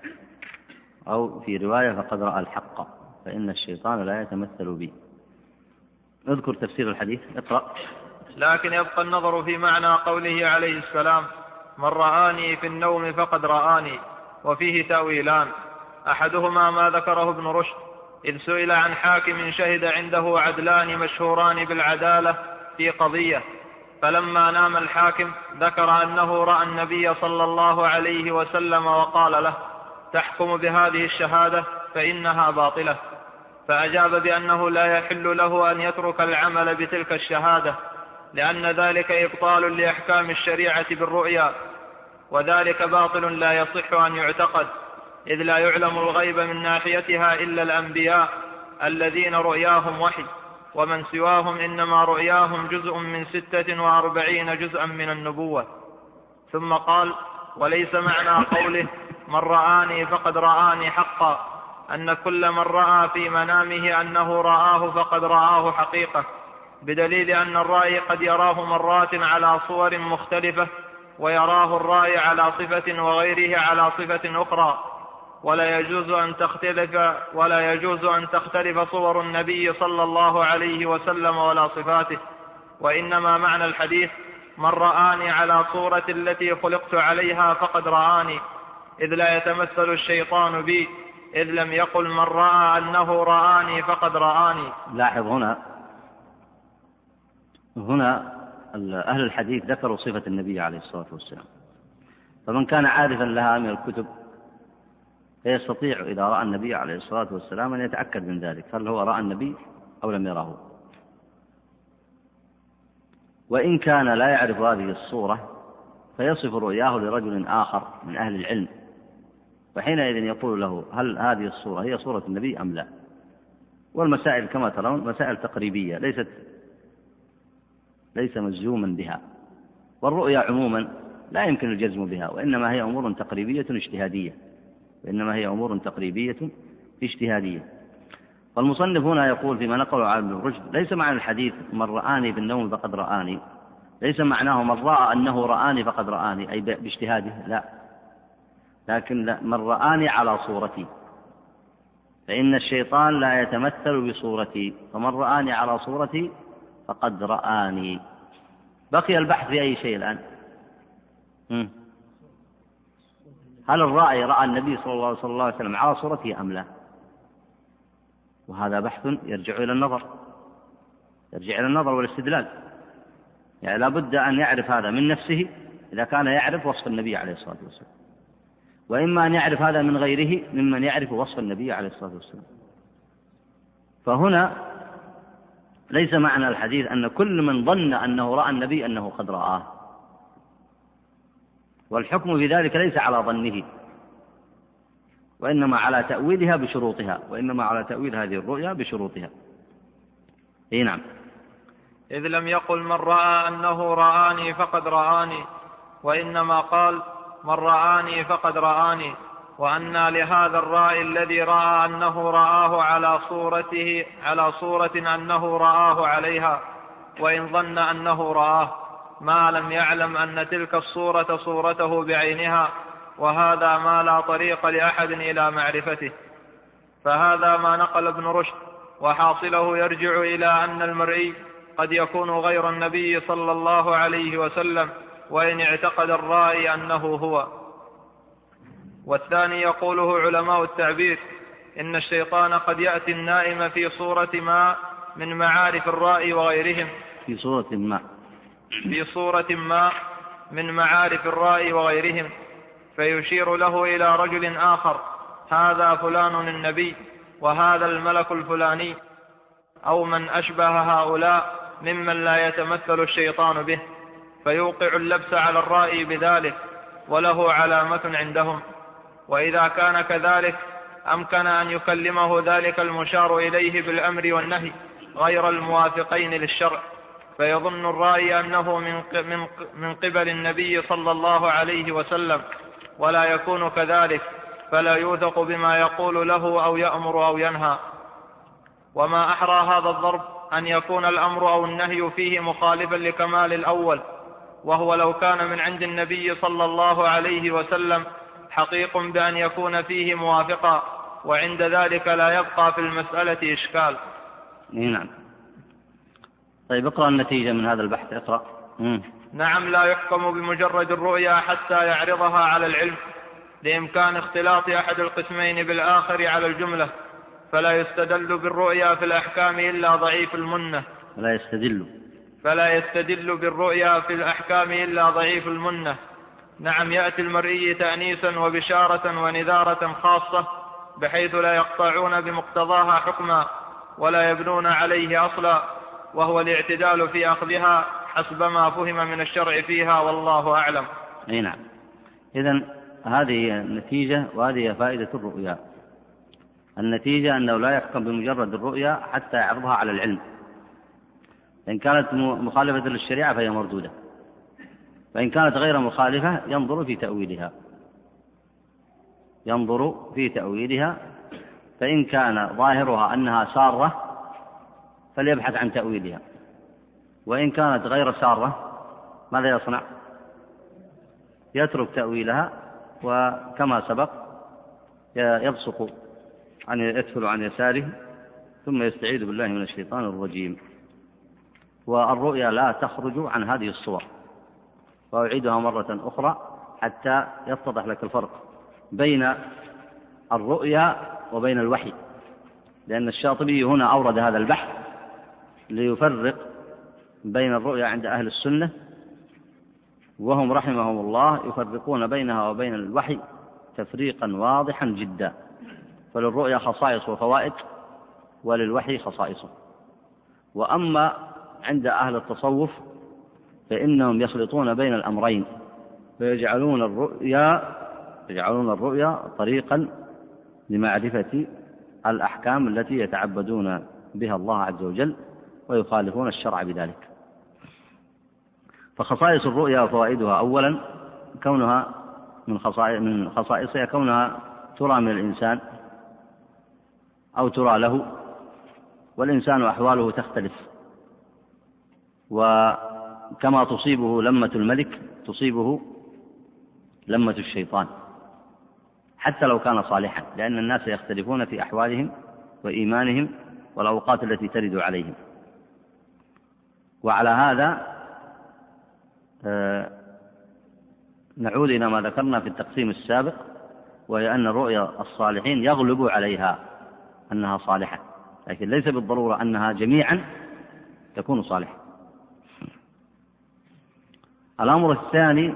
أو في رواية فقد رأى الحق، فإن الشيطان لا يتمثل بي. اذكر تفسير الحديث. اقرأ. لكن يبقى النظر في معنى قوله عليه السلام: من رآني في النوم فقد رآني، وفيه تأويلان: أحدهما ما ذكره ابن رشد، إذ سئل عن حاكم شهد عنده عدلان مشهوران بالعدالة في قضية، فلما نام الحاكم ذكر أنه رأى النبي صلى الله عليه وسلم وقال له: تحكم بهذه الشهادة فإنها باطلة، فأجاب بأنه لا يحل له أن يترك العمل بتلك الشهادة، لأن ذلك إبطال لأحكام الشريعة بالرؤيا، وذلك باطل لا يصح أن يعتقد، إذ لا يعلم الغيب من ناحيتها إلا الأنبياء الذين رؤياهم وحي، ومن سواهم إنما رؤياهم جزء من ستة وأربعين جزءا من النبوة. ثم قال: وليس معنى قوله من رآني فقد رآني حقا أن كل من رأى في منامه أنه رآه فقد رآه حقيقة، بدليل أن الرائي قد يراه مرات على صور مختلفة ويراه الرائي على صفة وغيره على صفة أخرى، ولا يجوز أن تختلف ولا يجوز أن تختلف صور النبي صلى الله عليه وسلم ولا صفاته، وإنما معنى الحديث من رآني على صورة التي خلقت عليها فقد رآني، إذ لا يتمثل الشيطان بي، إذ لم يقل من رأى أنه رآني فقد رآني. لاحظ هنا هنا أهل الحديث ذكروا صفة النبي عليه الصلاة والسلام، فمن كان عارفا لها من الكتب فيستطيع إذا رأى النبي عليه الصلاة والسلام أن يتأكد من ذلك، هل هو رأى النبي أو لم يره. وإن كان لا يعرف هذه الصورة فيصف رؤياه لرجل آخر من أهل العلم، وحينئذ يقول له هل هذه الصورة هي صورة النبي أم لا. والمسائل كما ترون مسائل تقريبية، ليست ليس مجزوما بها، والرؤيا عموما لا يمكن الجزم بها، وإنما هي أمور تقريبية اجتهادية وإنما هي أمور تقريبية اجتهادية. فالمصنف هنا يقول فيما نقله عن ابن رشد ليس معنى الحديث من رآني بالنوم فقد رآني، ليس معناه من رأى أنه رآني فقد رآني أي باجتهاده، لا، لكن لا، من رآني على صورتي، فإن الشيطان لا يتمثل بصورتي، فمن رآني على صورتي فقد رآني. بقي البحث في أي شيء الآن؟ م? هل الرائي رأى النبي صلى الله, صلى الله عليه وسلم على صورته أم لا؟ وهذا بحث يرجع إلى النظر يرجع إلى النظر والاستدلال، يعني لا بد أن يعرف هذا من نفسه إذا كان يعرف وصف النبي عليه الصلاة والسلام، وإما أن يعرف هذا من غيره ممن يعرف وصف النبي عليه الصلاة والسلام. فهنا ليس معنى الحديث أن كل من ظن أنه رأى النبي أنه قد رآه، والحكم في ذلك ليس على ظنه، وإنما على تأويلها بشروطها وإنما على تأويل هذه الرؤيا بشروطها. إيه نعم. إذ لم يقل من رأى أنه رآني فقد رآني، وإنما قال من رآني فقد رآني، وأن لهذا الرائي الذي رأى أنه رآه على صورته على صورة أنه رآه عليها، وإن ظن أنه رآه، ما لم يعلم أن تلك الصورة صورته بعينها، وهذا ما لا طريق لأحد إلى معرفته. فهذا ما نقل ابن رشد، وحاصله يرجع إلى أن المرئي قد يكون غير النبي صلى الله عليه وسلم، وإن اعتقد الرائي أنه هو. والثاني يقوله علماء التعبير إن الشيطان قد يأتي النائم في صورة ما من معارف الرائي وغيرهم في صورة ما في صورة ما من معارف الرائي وغيرهم فيشير له إلى رجل آخر هذا فلان النبي وهذا الملك الفلاني، أو من أشبه هؤلاء ممن لا يتمثل الشيطان به، فيوقع اللبس على الرائي بذلك وله علامة عندهم. وإذا كان كذلك أمكن أن يكلمه ذلك المشار إليه بالأمر والنهي غير الموافقين للشرع، فيظن الرائي أنه من قبل النبي صلى الله عليه وسلم، ولا يكون كذلك، فلا يوثق بما يقول له أو يأمر أو ينهى. وما أحرى هذا الضرب أن يكون الأمر أو النهي فيه مخالفا لكمال الأول، وهو لو كان من عند النبي صلى الله عليه وسلم حقيق بأن يكون فيه موافقا، وعند ذلك لا يبقى في المسألة إشكال. نعم. طيب اقرأ النتيجة من هذا البحث. اقرأ. مم. نعم، لا يحكم بمجرد الرؤيا حتى يعرضها على العلم، لإمكان اختلاط أحد القسمين بالآخر على الجملة، فلا يستدل بالرؤيا في الأحكام إلا ضعيف المنة فلا يستدل فلا يستدل بالرؤيا في الأحكام إلا ضعيف المنة. نعم، يأتي المرئي تأنيسا وبشارة ونذارة خاصة بحيث لا يقطعون بمقتضاها حكما ولا يبنون عليه أصلا، وهو الاعتدال في أخذها حسب ما فهم من الشرع فيها، والله أعلم. أي نعم. إذن هذه النتيجة وهذه فائدة الرؤيا. النتيجة أنه لا يحكم بمجرد الرؤيا حتى يعرضها على العلم، إن كانت مخالفة للشريعة فهي مردودة، وإن كانت غير مخالفة ينظر في تأويلها ينظر في تأويلها فإن كان ظاهرها أنها سارة فليبحث عن تأويلها، وإن كانت غير سارة ماذا يصنع؟ يترك تأويلها، وكما سبق يبصق عن يدخل عن يساره ثم يستعيذ بالله من الشيطان الرجيم. والرؤيا لا تخرج عن هذه الصور، وأعيدها مرة أخرى حتى يتضح لك الفرق بين الرؤيا وبين الوحي، لأن الشاطبي هنا أورد هذا البحث ليفرق بين الرؤيا عند أهل السنة، وهم رحمهم الله يفرقون بينها وبين الوحي تفريقا واضحا جدا، فللرؤيا خصائص وفوائد وللوحي خصائصه. وأما عند أهل التصوف فإنهم يخلطون بين الأمرين، فيجعلون الرؤيا يجعلون الرؤيا طريقا لمعرفة الأحكام التي يتعبدون بها الله عز وجل، ويخالفون الشرع بذلك. فخصائص الرؤيا وفوائدها: أولا كونها من خصائص من خصائصها كونها ترى من الإنسان أو ترى له، والإنسان أحواله تختلف، وكما تصيبه لمة الملك تصيبه لمة الشيطان حتى لو كان صالحا، لأن الناس يختلفون في أحوالهم وإيمانهم والأوقات التي ترد عليهم. وعلى هذا نعود إلى ما ذكرنا في التقسيم السابق، وهي أن رؤيا الصالحين يغلب عليها أنها صالحة، لكن ليس بالضرورة أنها جميعا تكون صالحة. الأمر الثاني: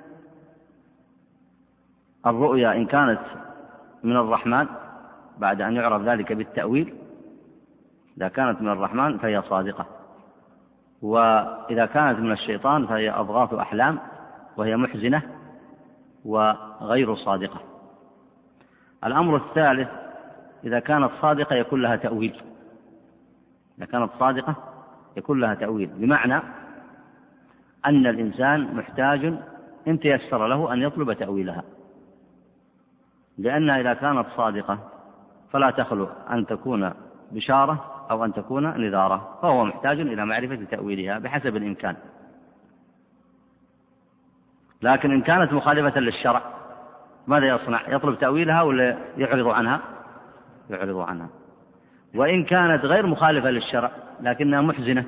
الرؤيا إن كانت من الرحمن بعد أن يعرف ذلك بالتأويل، إذا كانت من الرحمن فهي صادقة، وإذا كانت من الشيطان فهي أضغاث أحلام وهي محزنة وغير صادقة. الأمر الثالث: إذا كانت صادقة يكون لها تأويل، إذا كانت صادقة يكون لها تأويل، بمعنى أن الإنسان محتاج إن تيسر له أن يطلب تأويلها، لأنها إذا كانت صادقة فلا تخلو أن تكون بشارة أو أن تكون نذارة، فهو محتاج إلى معرفة تأويلها بحسب الإمكان. لكن إن كانت مخالفة للشرع ماذا يصنع؟ يطلب تأويلها ولا يعرض عنها؟ يعرض عنها. وإن كانت غير مخالفة للشرع لكنها محزنة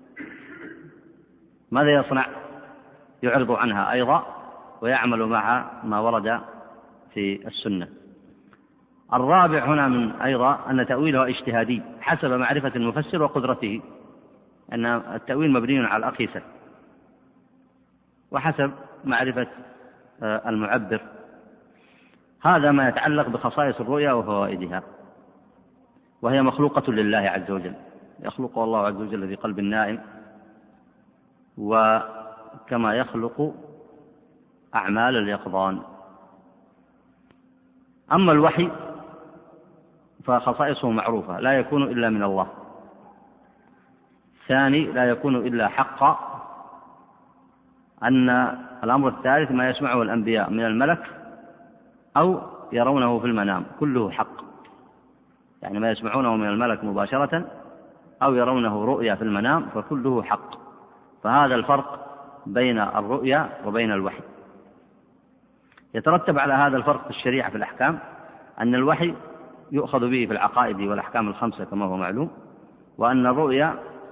ماذا يصنع؟ يعرض عنها أيضا ويعمل معها ما ورد في السنة. الرابع هنا من أيضا أن تأويلها اجتهادي حسب معرفة المفسر وقدرته، أن التأويل مبني على الأقيسة وحسب معرفة المعبر. هذا ما يتعلق بخصائص الرؤيا وفوائدها، وهي مخلوقة لله عز وجل، يخلقها الله عز وجل في قلب النائم، وكما يخلق أعمال اليقظان. أما الوحي فخصائصه معروفة، لا يكون إلا من الله. ثاني: لا يكون إلا حقا. أن الأمر الثالث: ما يسمعه الأنبياء من الملك أو يرونه في المنام كله حق، يعني ما يسمعونه من الملك مباشرة أو يرونه رؤيا في المنام فكله حق. فهذا الفرق بين الرؤيا وبين الوحي. يترتب على هذا الفرق في الشريعة في الأحكام أن الوحي يؤخذ به في العقائد والأحكام الخمسة كما هو معلوم، وأن الرؤيا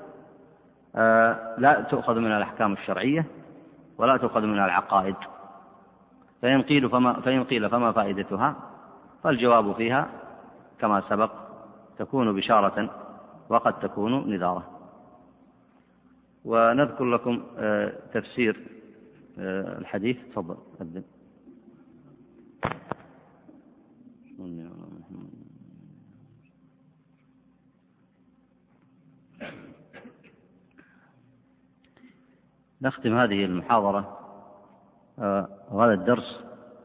لا تؤخذ من الأحكام الشرعية ولا تؤخذ من العقائد. فإن قيل فما, فإن قيل فما فائدتها؟ فالجواب فيها كما سبق: تكون بشارة وقد تكون نذارة. ونذكر لكم تفسير الحديث. تفضل أبدأ. نختم هذه المحاضرة وهذا الدرس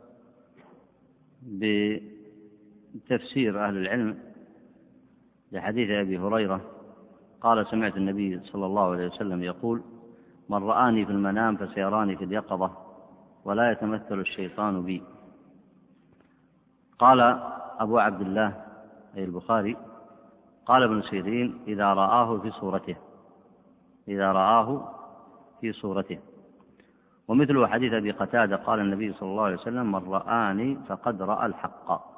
بتفسير أهل العلم لحديث أبي هريرة قال: سمعت النبي صلى الله عليه وسلم يقول: من رآني في المنام فسيراني في اليقظة ولا يتمثل الشيطان بي. قال أبو عبد الله أي البخاري: قال ابن سيرين: إذا رآه في صورته إذا رآه في صورته. ومثله حديث أبي قتادة قال النبي صلى الله عليه وسلم: من رآني فقد رأى الحق.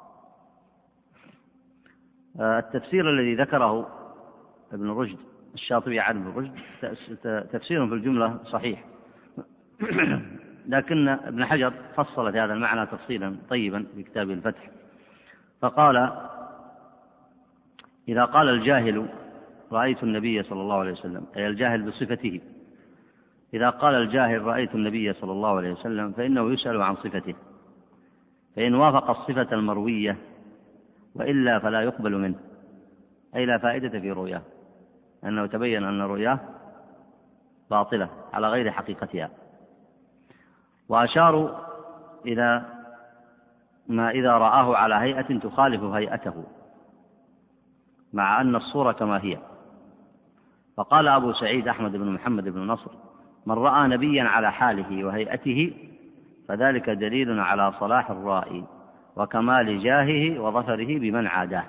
التفسير الذي ذكره ابن رشد الشاطبي عن ابن رشد تفسير في الجملة صحيح، لكن ابن حجر فصل في هذا المعنى تفصيلا طيبا في كتابه الفتح، فقال: إذا قال الجاهل رأيت النبي صلى الله عليه وسلم، أي الجاهل بصفته، إذا قال الجاهل رأيت النبي صلى الله عليه وسلم فإنه يسأل عن صفته، فإن وافق الصفة المروية وإلا فلا يقبل منه، أي لا فائدة في رؤياه، أنه تبين أن رؤياه باطلة على غير حقيقتها. وأشاروا إلى ما إذا رآه على هيئة تخالف هيئته مع أن الصورة كما هي. فقال أبو سعيد أحمد بن محمد بن نصر: من رأى نبيا على حاله وهيئته فذلك دليل على صلاح الرائي وكمال جاهه وظفره بمن عاداه.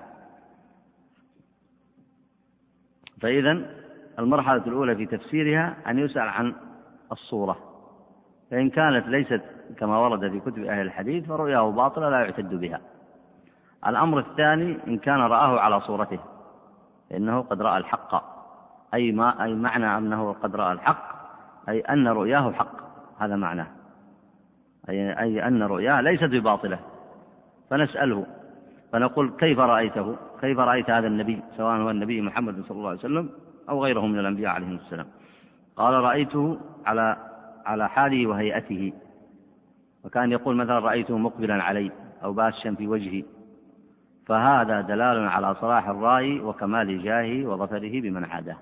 فإذن المرحلة الأولى في تفسيرها أن يسأل عن الصورة، فإن كانت ليست كما ورد في كتب أهل الحديث فرؤياه باطلة لا يعتد بها. الأمر الثاني إن كان رآه على صورته فإنه قد رأى الحق، أي, ما أي معنى أنه قد رأى الحق أي أن رؤياه حق، هذا معناه، أي, أي أن رؤياه ليست بباطلة. فنسأله فنقول: كيف رأيته؟ كيف رأيت هذا النبي، سواء هو النبي محمد صلى الله عليه وسلم أو غيره من الأنبياء عليهم السلام؟ قال: رأيته على على حاله وهيئته. وكان يقول مثلا: رأيته مقبلا علي أو باشا في وجهي، فهذا دلال على صلاح الرأي وكمال جاهه وظفره بمن عاداه.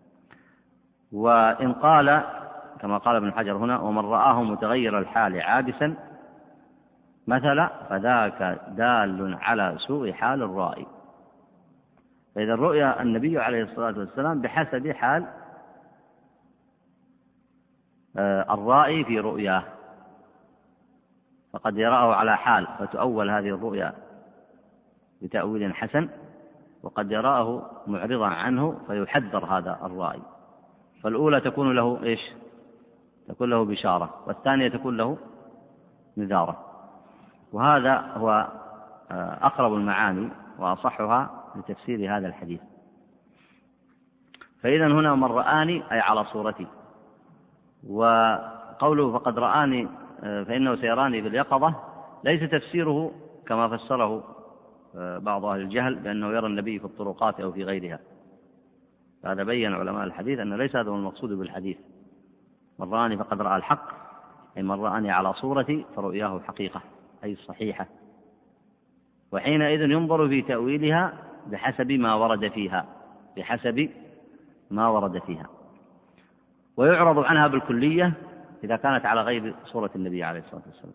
وإن قال كما قال ابن حجر هنا: ومن رآه متغير الحال عابسا مثلا فذاك دال على سوء حال الرائي. فإذا الرؤيا النبي عليه الصلاة والسلام بحسب حال الرائي في رؤياه، فقد يراه على حال فتؤول هذه الرؤيا بتأويل حسن، وقد يراه معرضا عنه فيحذر هذا الرائي. فالأولى تكون له إيش؟ تكون له بشارة، والثانية تكون له نذارة. وهذا هو أقرب المعاني وأصحها لتفسير هذا الحديث. فإذا هنا من رآني أي على صورتي، وقوله فقد رآني فإنه سيراني باليقظة ليس تفسيره كما فسره بعض أهل الجهل بأنه يرى النبي في الطرقات أو في غيرها. هذا بين علماء الحديث أن ليس هذا هو المقصود بالحديث. من رآني فقد رأى الحق، أي من رآني على صورتي فرؤياه حقيقة أي صحيحة، وحينئذ ينظر في تأويلها بحسب ما ورد فيها بحسب ما ورد فيها ويعرض عنها بالكلية إذا كانت على غير صورة النبي عليه الصلاة والسلام،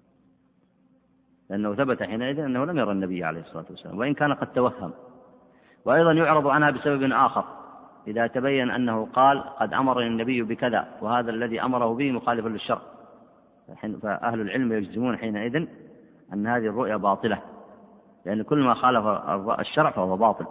لأنه ثبت حينئذ أنه لم يرى النبي عليه الصلاة والسلام وإن كان قد توهم. وأيضا يعرض عنها بسبب آخر إذا تبين أنه قال قد أمرني النبي بكذا وهذا الذي أمره به مخالف للشرع، فأهل العلم يجزمون حينئذ أن هذه الرؤيا باطلة، لأن كل ما خالف الشرع فهو باطل.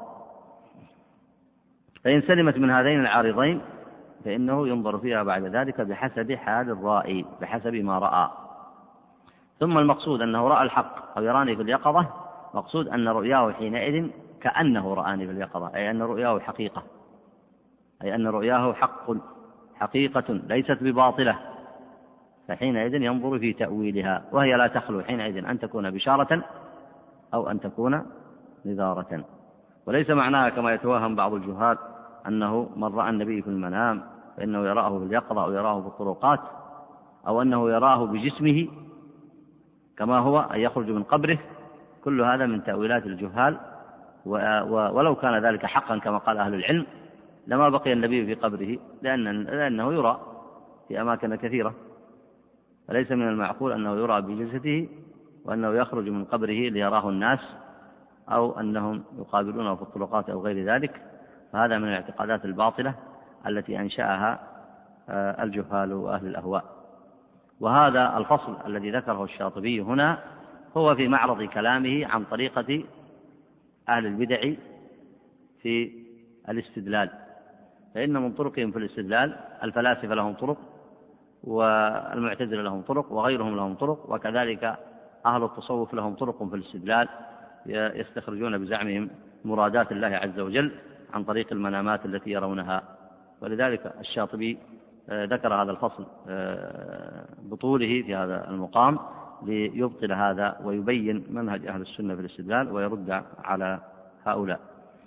فإن سلمت من هذين العارضين فإنه ينظر فيها بعد ذلك بحسب حال الرائي بحسب ما رأى. ثم المقصود أنه رأى الحق أو يراني في اليقظة، مقصود أن رؤياه حينئذ كأنه رآني في اليقظة، أي أن رؤياه حقيقة، أي أن رؤياه حق حقيقة ليست بباطلة، فحينئذ ينظر في تأويلها، وهي لا تخلو حينئذ أن تكون بشارة أو أن تكون نذارة. وليس معناها كما يتوهم بعض الجهال أنه من رأى النبي في المنام فإنه يراه في اليقظة أو يراه في الطرقات، أو أنه يراه بجسمه كما هو أن يخرج من قبره. كل هذا من تأويلات الجهال، ولو كان ذلك حقا كما قال أهل العلم لما بقي النبي في قبره، لأن لأنه يرى في أماكن كثيرة، فليس من المعقول أنه يرى بجسده وأنه يخرج من قبره ليراه الناس أو أنهم يقابلونه في الطرقات أو غير ذلك. فهذا من الاعتقادات الباطلة التي أنشأها الجهال وأهل الأهواء. وهذا الفصل الذي ذكره الشاطبي هنا هو في معرض كلامه عن طريقة أهل البدع في الاستدلال، فإن من طرقهم في الاستدلال الفلاسفة لهم طرق والمعتزلة لهم طرق وغيرهم لهم طرق، وكذلك أهل التصوف لهم طرق في الاستدلال يستخرجون بزعمهم مرادات الله عز وجل عن طريق المنامات التي يرونها. ولذلك الشاطبي ذكر هذا الفصل بطوله في هذا المقام ليبطل هذا ويبين منهج أهل السنة في الاستدلال ويرد على هؤلاء.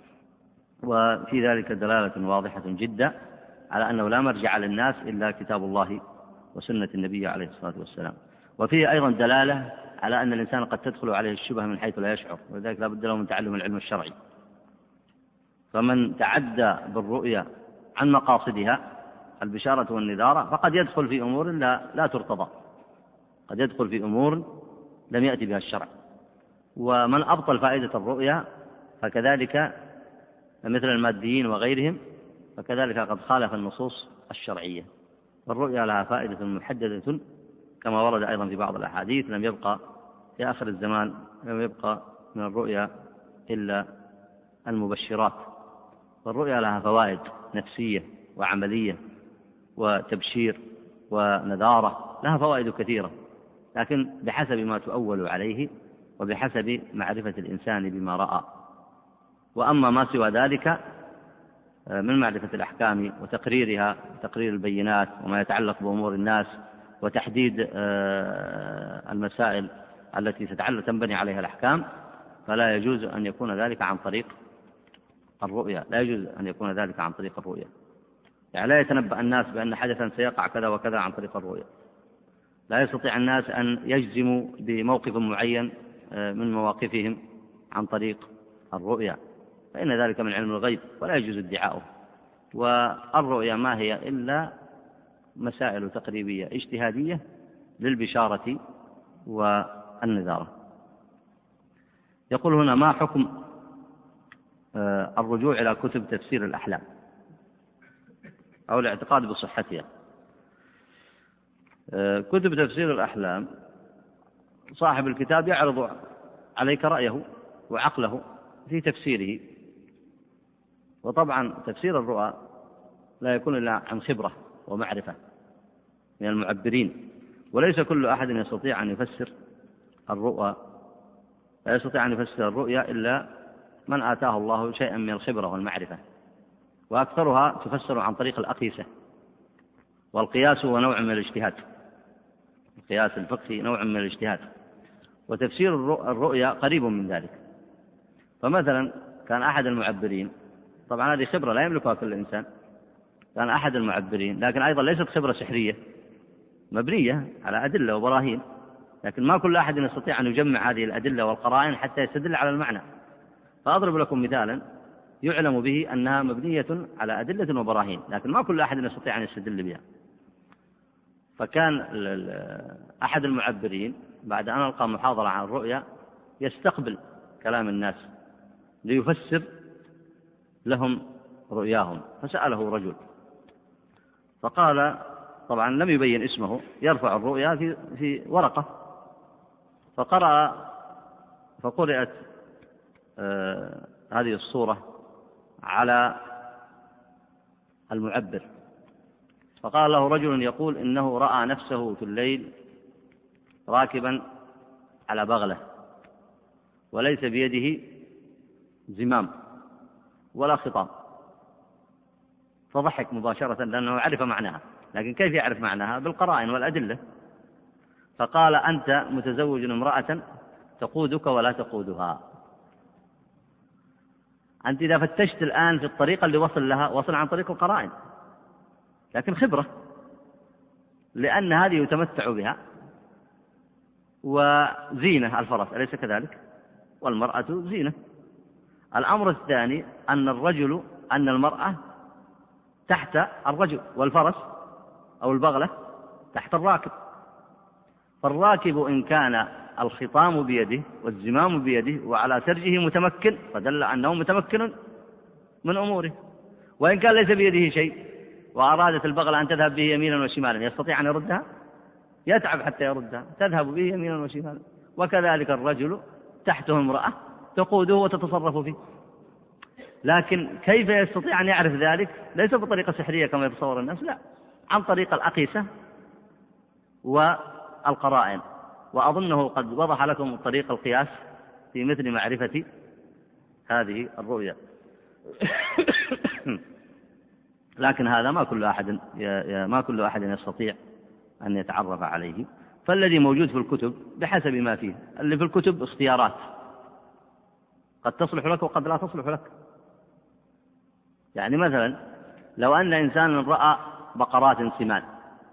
وفي ذلك دلالة واضحة جدا على أنه لا مرجع للناس إلا كتاب الله وسنة النبي عليه الصلاة والسلام. وفيه أيضا دلالة على أن الإنسان قد تدخل عليه الشبهة من حيث لا يشعر، ولذلك لا بد له من تعلم العلم الشرعي. فمن تعدى بالرؤيا عن مقاصدها البشارة والنذارة فقد يدخل في أمور لا, لا ترتضى، قد يدخل في أمور لم يأتي بها الشرع. ومن أبطل فائدة الرؤيا فكذلك مثل الماديين وغيرهم فكذلك قد خالف النصوص الشرعية. والرؤيا لها فائدة محددة كما ورد أيضا في بعض الأحاديث: لم يبقى في آخر الزمان لم يبقى من الرؤيا إلا المبشرات. والرؤيا لها فوائد نفسية وعملية وتبشير ونذارة، لها فوائد كثيرة، لكن بحسب ما تؤول عليه وبحسب معرفة الإنسان بما رأى. وأما ما سوى ذلك من معرفة الأحكام وتقريرها، تقرير البينات وما يتعلق بأمور الناس وتحديد المسائل التي تتعلق تنبني عليها الأحكام، فلا يجوز أن يكون ذلك عن طريق الرؤيا، لا يجوز أن يكون ذلك عن طريق الرؤيا. يعني لا يتنبأ الناس بأن حدثا سيقع كذا وكذا عن طريق الرؤيا. لا يستطيع الناس أن يجزموا بموقف معين من مواقفهم عن طريق الرؤيا، فإن ذلك من علم الغيب ولا يجوز ادعاؤه. والرؤيا ما هي إلا مسائل تقريبية اجتهادية للبشارة والنذارة. يقول هنا: ما حكم الرجوع إلى كتب تفسير الأحلام أو الاعتقاد بصحتها؟ كتب تفسير الأحلام صاحب الكتاب يعرض عليك رأيه وعقله في تفسيره، وطبعا تفسير الرؤى لا يكون إلا عن خبرة ومعرفة من المعبرين، وليس كل أحد يستطيع أن يفسر الرؤى، لا يستطيع أن يفسر الرؤيا إلا من آتاه الله شيئا من الخبرة والمعرفة، وأكثرها تفسر عن طريق الأقيسة، والقياس هو نوع من الاجتهاد، القياس الفقهي نوع من الاجتهاد، وتفسير الرؤيا قريب من ذلك. فمثلا كان أحد المعبرين، طبعا هذه خبرة لا يملكها كل إنسان، كان أحد المعبرين، لكن أيضا ليست خبرة سحرية مبنية على أدلة وبراهين، لكن ما كل أحد يستطيع أن يجمع هذه الأدلة والقرائن حتى يستدل على المعنى. فأضرب لكم مثالا يعلم به أنها مبنية على أدلة وبراهين، لكن ما كل أحد يستطيع أن يستدل بها. فكان أحد المعبرين بعد أن ألقى محاضرة عن الرؤيا يستقبل كلام الناس ليفسر لهم رؤياهم، فسأله رجل فقال، طبعا لم يبين اسمه، يرفع الرؤيا في, في ورقة، فقرأ فقرأت آه هذه الصورة على المعبر، فقال له رجل يقول إنه رأى نفسه في الليل راكبا على بغلة وليس بيده زمام ولا خطام، فضحك مباشرة لأنه عرف معناها، لكن كيف يعرف معناها؟ بالقرائن والأدلة. فقال: أنت متزوج امرأة تقودك ولا تقودها، أنت إذا فتشت الآن في الطريقة اللي وصل لها وصل عن طريق القرائن، لكن خبرة، لأن هذه يتمتع بها، وزينة الفرس أليس كذلك؟ والمرأة زينة. الأمر الثاني أن الرجل أن المرأة تحت الرجل، والفرس أو البغلة تحت الراكب، فالراكب إن كان الخطام بيده والزمام بيده وعلى سرجه متمكن فدل أنه متمكن من أموره، وإن كان ليس بيده شيء وأرادت البغلة أن تذهب به يمينا وشمالا يستطيع أن يردها؟ يتعب حتى يردها، تذهب به يمينا وشمالا. وكذلك الرجل تحته امرأة تقوده وتتصرف فيه، لكن كيف يستطيع أن يعرف ذلك؟ ليس بطريقة سحرية كما يتصور الناس، لا، عن طريق الأقيسة والقرائن. وأظنه قد وضح لكم طريق القياس في مثل معرفة هذه الرؤيا. لكن هذا ما كل أحد ما كل أحد يستطيع أن يتعرف عليه، فالذي موجود في الكتب بحسب ما فيه. اللي في الكتب اختيارات قد تصلح لك وقد لا تصلح لك. يعني مثلا لو أن إنسان رأى بقرات سمان،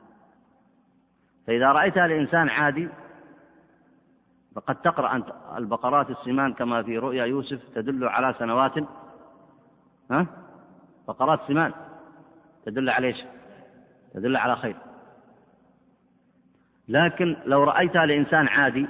فإذا رأيتها لإنسان عادي فقد تقرأ أنت البقرات السمان كما في رؤيا يوسف تدل على سنوات، ها؟ بقرات سمان تدل على إيش؟ تدل على خير. لكن لو رأيتها لإنسان عادي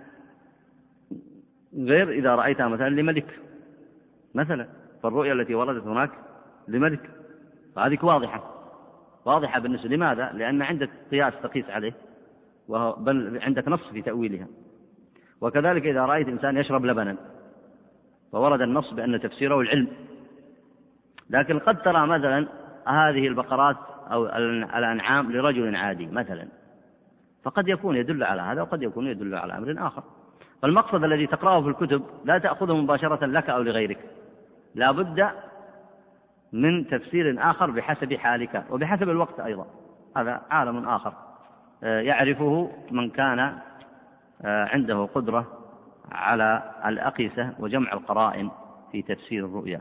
غير إذا رأيتها مثلا لملك مثلا، فالرؤيا التي وردت هناك لملك، فهذه واضحة واضحة بالنسبة. لماذا؟ لأن عندك قياس تقيس عليه، بل عندك نص في تأويلها. وكذلك إذا رأيت إنسان يشرب لبنا فورد النص بأن تفسيره العلم. لكن قد ترى مثلا هذه البقرات أو الأنعام لرجل عادي مثلا، فقد يكون يدل على هذا وقد يكون يدل على أمر آخر. فالمقصد الذي تقرأه في الكتب لا تأخذه مباشرة لك أو لغيرك، لا بد من تفسير آخر بحسب حالك وبحسب الوقت أيضا. هذا عالم آخر يعرفه من كان عنده قدرة على الأقيسة وجمع القرائن في تفسير الرؤيا.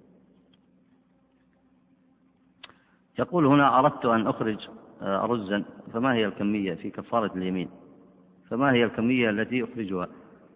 يقول هنا: أردت أن أخرج رزا، فما هي الكمية في كفارة اليمين؟ فما هي الكمية التي أخرجها؟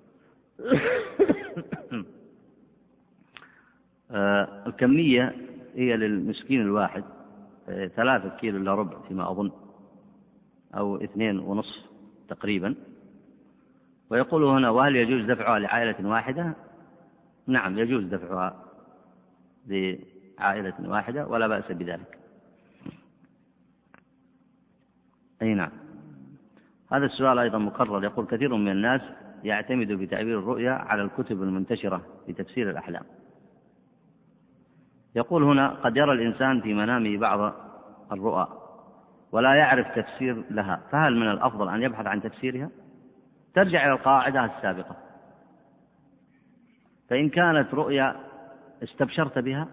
الكمية هي للمسكين الواحد ثلاثة كيلو إلا ربع فيما أظن، أو اثنين ونصف تقريبا. ويقول هنا: وهل يجوز دفعها لعائلة واحدة؟ نعم، يجوز دفعها لعائلة واحدة ولا بأس بذلك. أي نعم. هذا السؤال أيضا مكرر. يقول: كثير من الناس يعتمد بتعبير الرؤيا على الكتب المنتشرة في تفسير الأحلام. يقول هنا: قد يرى الإنسان في منامه بعض الرؤى ولا يعرف تفسير لها، فهل من الأفضل أن يبحث عن تفسيرها؟ ترجع إلى القاعدة السابقة، فإن كانت رؤيا استبشرت بها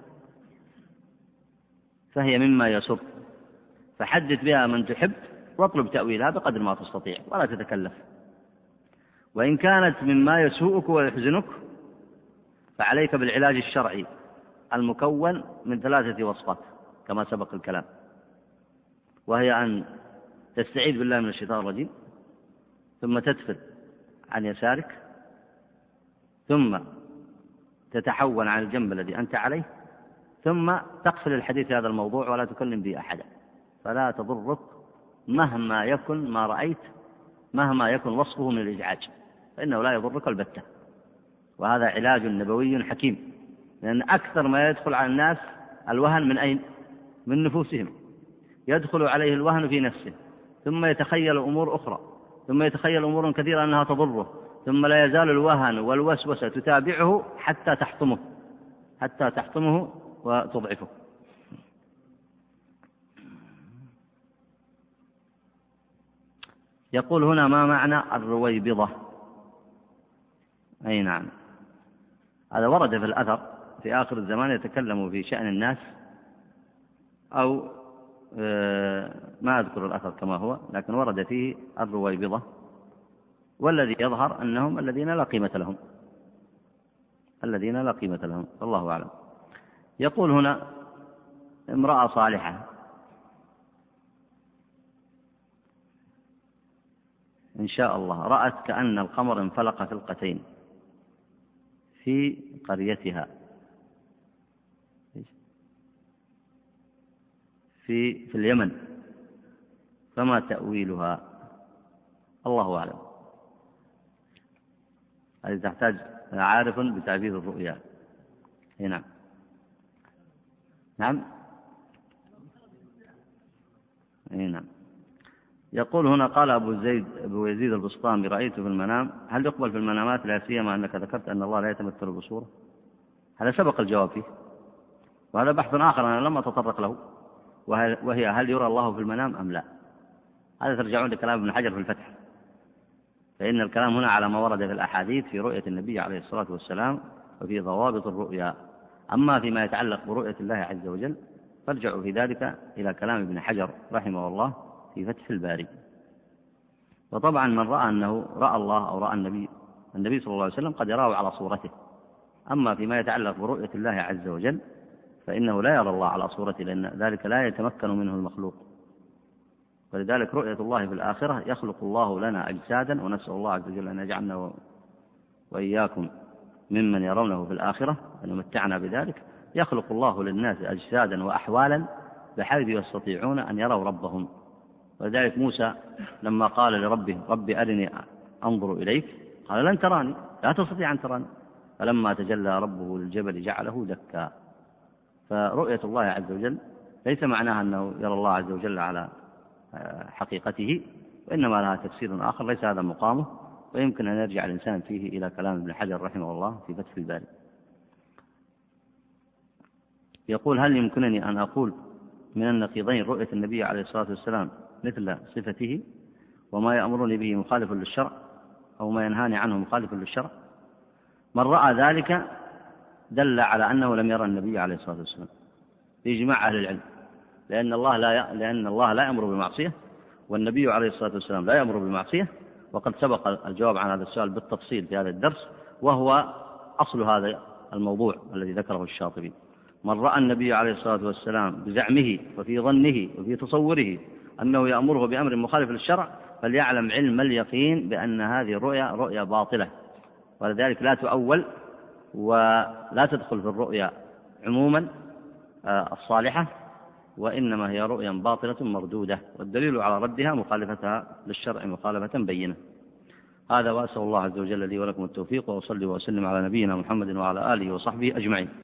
فهي مما يسر، فحدث بها من تحب واطلب تأويلها بقدر ما تستطيع ولا تتكلف. وإن كانت مما يسوءك ويحزنك فعليك بالعلاج الشرعي المكون من ثلاثة وصفات كما سبق الكلام، وهي أن تستعيذ بالله من الشيطان الرجيم، ثم تدفل عن يسارك، ثم تتحول عن الجنب الذي أنت عليه، ثم تقفل الحديث في هذا الموضوع ولا تكلم به أحدا، فلا تضرك مهما يكن ما رأيت، مهما يكن وصفه من الإزعاج، فإنه لا يضرك البتة. وهذا علاج نبوي حكيم، لأن أكثر ما يدخل على الناس الوهن من أين؟ من نفوسهم. يدخل عليه الوهن في نفسه، ثم يتخيل أمور أخرى، ثم يتخيل أمور كثيرة أنها تضره، ثم لا يزال الوهن والوسوسة تتابعه حتى تحطمه حتى تحطمه وتضعفه. يقول هنا: ما معنى الرويبضة؟ أي نعم، هذا ورد في الأثر في آخر الزمان يتكلم في شأن الناس، أو ما أذكر الأثر كما هو، لكن ورد فيه الرويبضة، والذي يظهر أنهم الذين لا قيمة لهم الذين لا قيمة لهم الله أعلم. يقول هنا: امرأة صالحة إن شاء الله رأت كأن القمر انفلق فلقتين في قريتها في في اليمن، فما تأويلها؟ الله أعلم. هذه تحتاج عارف بتعبير الرؤيا. نعم نعم نعم. يقول هنا: قال أبو زيد أبو يزيد البسطامي: رأيت في المنام. هل يقبل في المنامات لا سيما أنك ذكرت أن الله لا يتمثل بصورة؟ هذا سبق الجواب فيه، وهذا بحث آخر أنا لم أتطرق له، وهي هل يرى الله في المنام أم لا. هذا ترجعون لكلام ابن حجر في الفتح، فإن الكلام هنا على ما ورد في الأحاديث في رؤية النبي عليه الصلاة والسلام وفي ضوابط الرؤيا. أما فيما يتعلق برؤية الله عز وجل فارجعوا في ذلك إلى كلام ابن حجر رحمه الله في فتح الباري. وطبعا من رأى أنه رأى الله أو رأى النبي النبي صلى الله عليه وسلم قد يراه على صورته. أما فيما يتعلق برؤية الله عز وجل فإنه لا يرى الله على صورته، لأن ذلك لا يتمكن منه المخلوق. ولذلك رؤية الله في الآخرة يخلق الله لنا أجسادا، ونسأل الله عز وجل أن يجعلنا وإياكم ممن يرونه في الآخرة أن يمتعنا بذلك. يخلق الله للناس أجسادا وأحوالا بحيث يستطيعون أن يروا ربهم. ولذلك موسى لما قال لربه ربي أرني أنظر إليك قال لن تراني، لا تستطيع أن تراني، فلما تجلى ربه للجبل جعله دكا. فرؤية الله عز وجل ليس معناها أنه يرى الله عز وجل على حقيقته، وإنما لها تفسير آخر ليس هذا مقامه، ويمكن أن يرجع الإنسان فيه إلى كلام ابن حجر رحمه الله في فتح الباري. يقول هل يمكنني أن أقول من النقيضين رؤية النبي عليه الصلاة والسلام مثل صفته وما يأمرني به مخالف للشرع أو ما ينهاني عنه مخالف للشرع؟ من رأى ذلك دل على أنه لم يرى النبي عليه الصلاة والسلام بإجماع أهل العلم، لأن الله لا ي... لأن الله لا يأمر بالمعصية، والنبي عليه الصلاة والسلام لا يأمر بالمعصية، وقد سبق الجواب عن هذا السؤال بالتفصيل في هذا الدرس، وهو أصل هذا الموضوع الذي ذكره الشاطبي. من رأى النبي عليه الصلاة والسلام بزعمه وفي ظنه وفي تصوره أنه يأمره بأمر مخالف للشرع فليعلم علم اليقين بأن هذه الرؤيا رؤيا باطلة، ولذلك لا تؤول ولا تدخل في الرؤيا عموما الصالحة، وإنما هي رؤيا باطلة مردودة، والدليل على ردها مخالفتها للشرع مخالفة بينة. هذا، وأسأل الله عز وجل لي ولكم التوفيق، وأصلي وأسلم على نبينا محمد وعلى آله وصحبه أجمعين.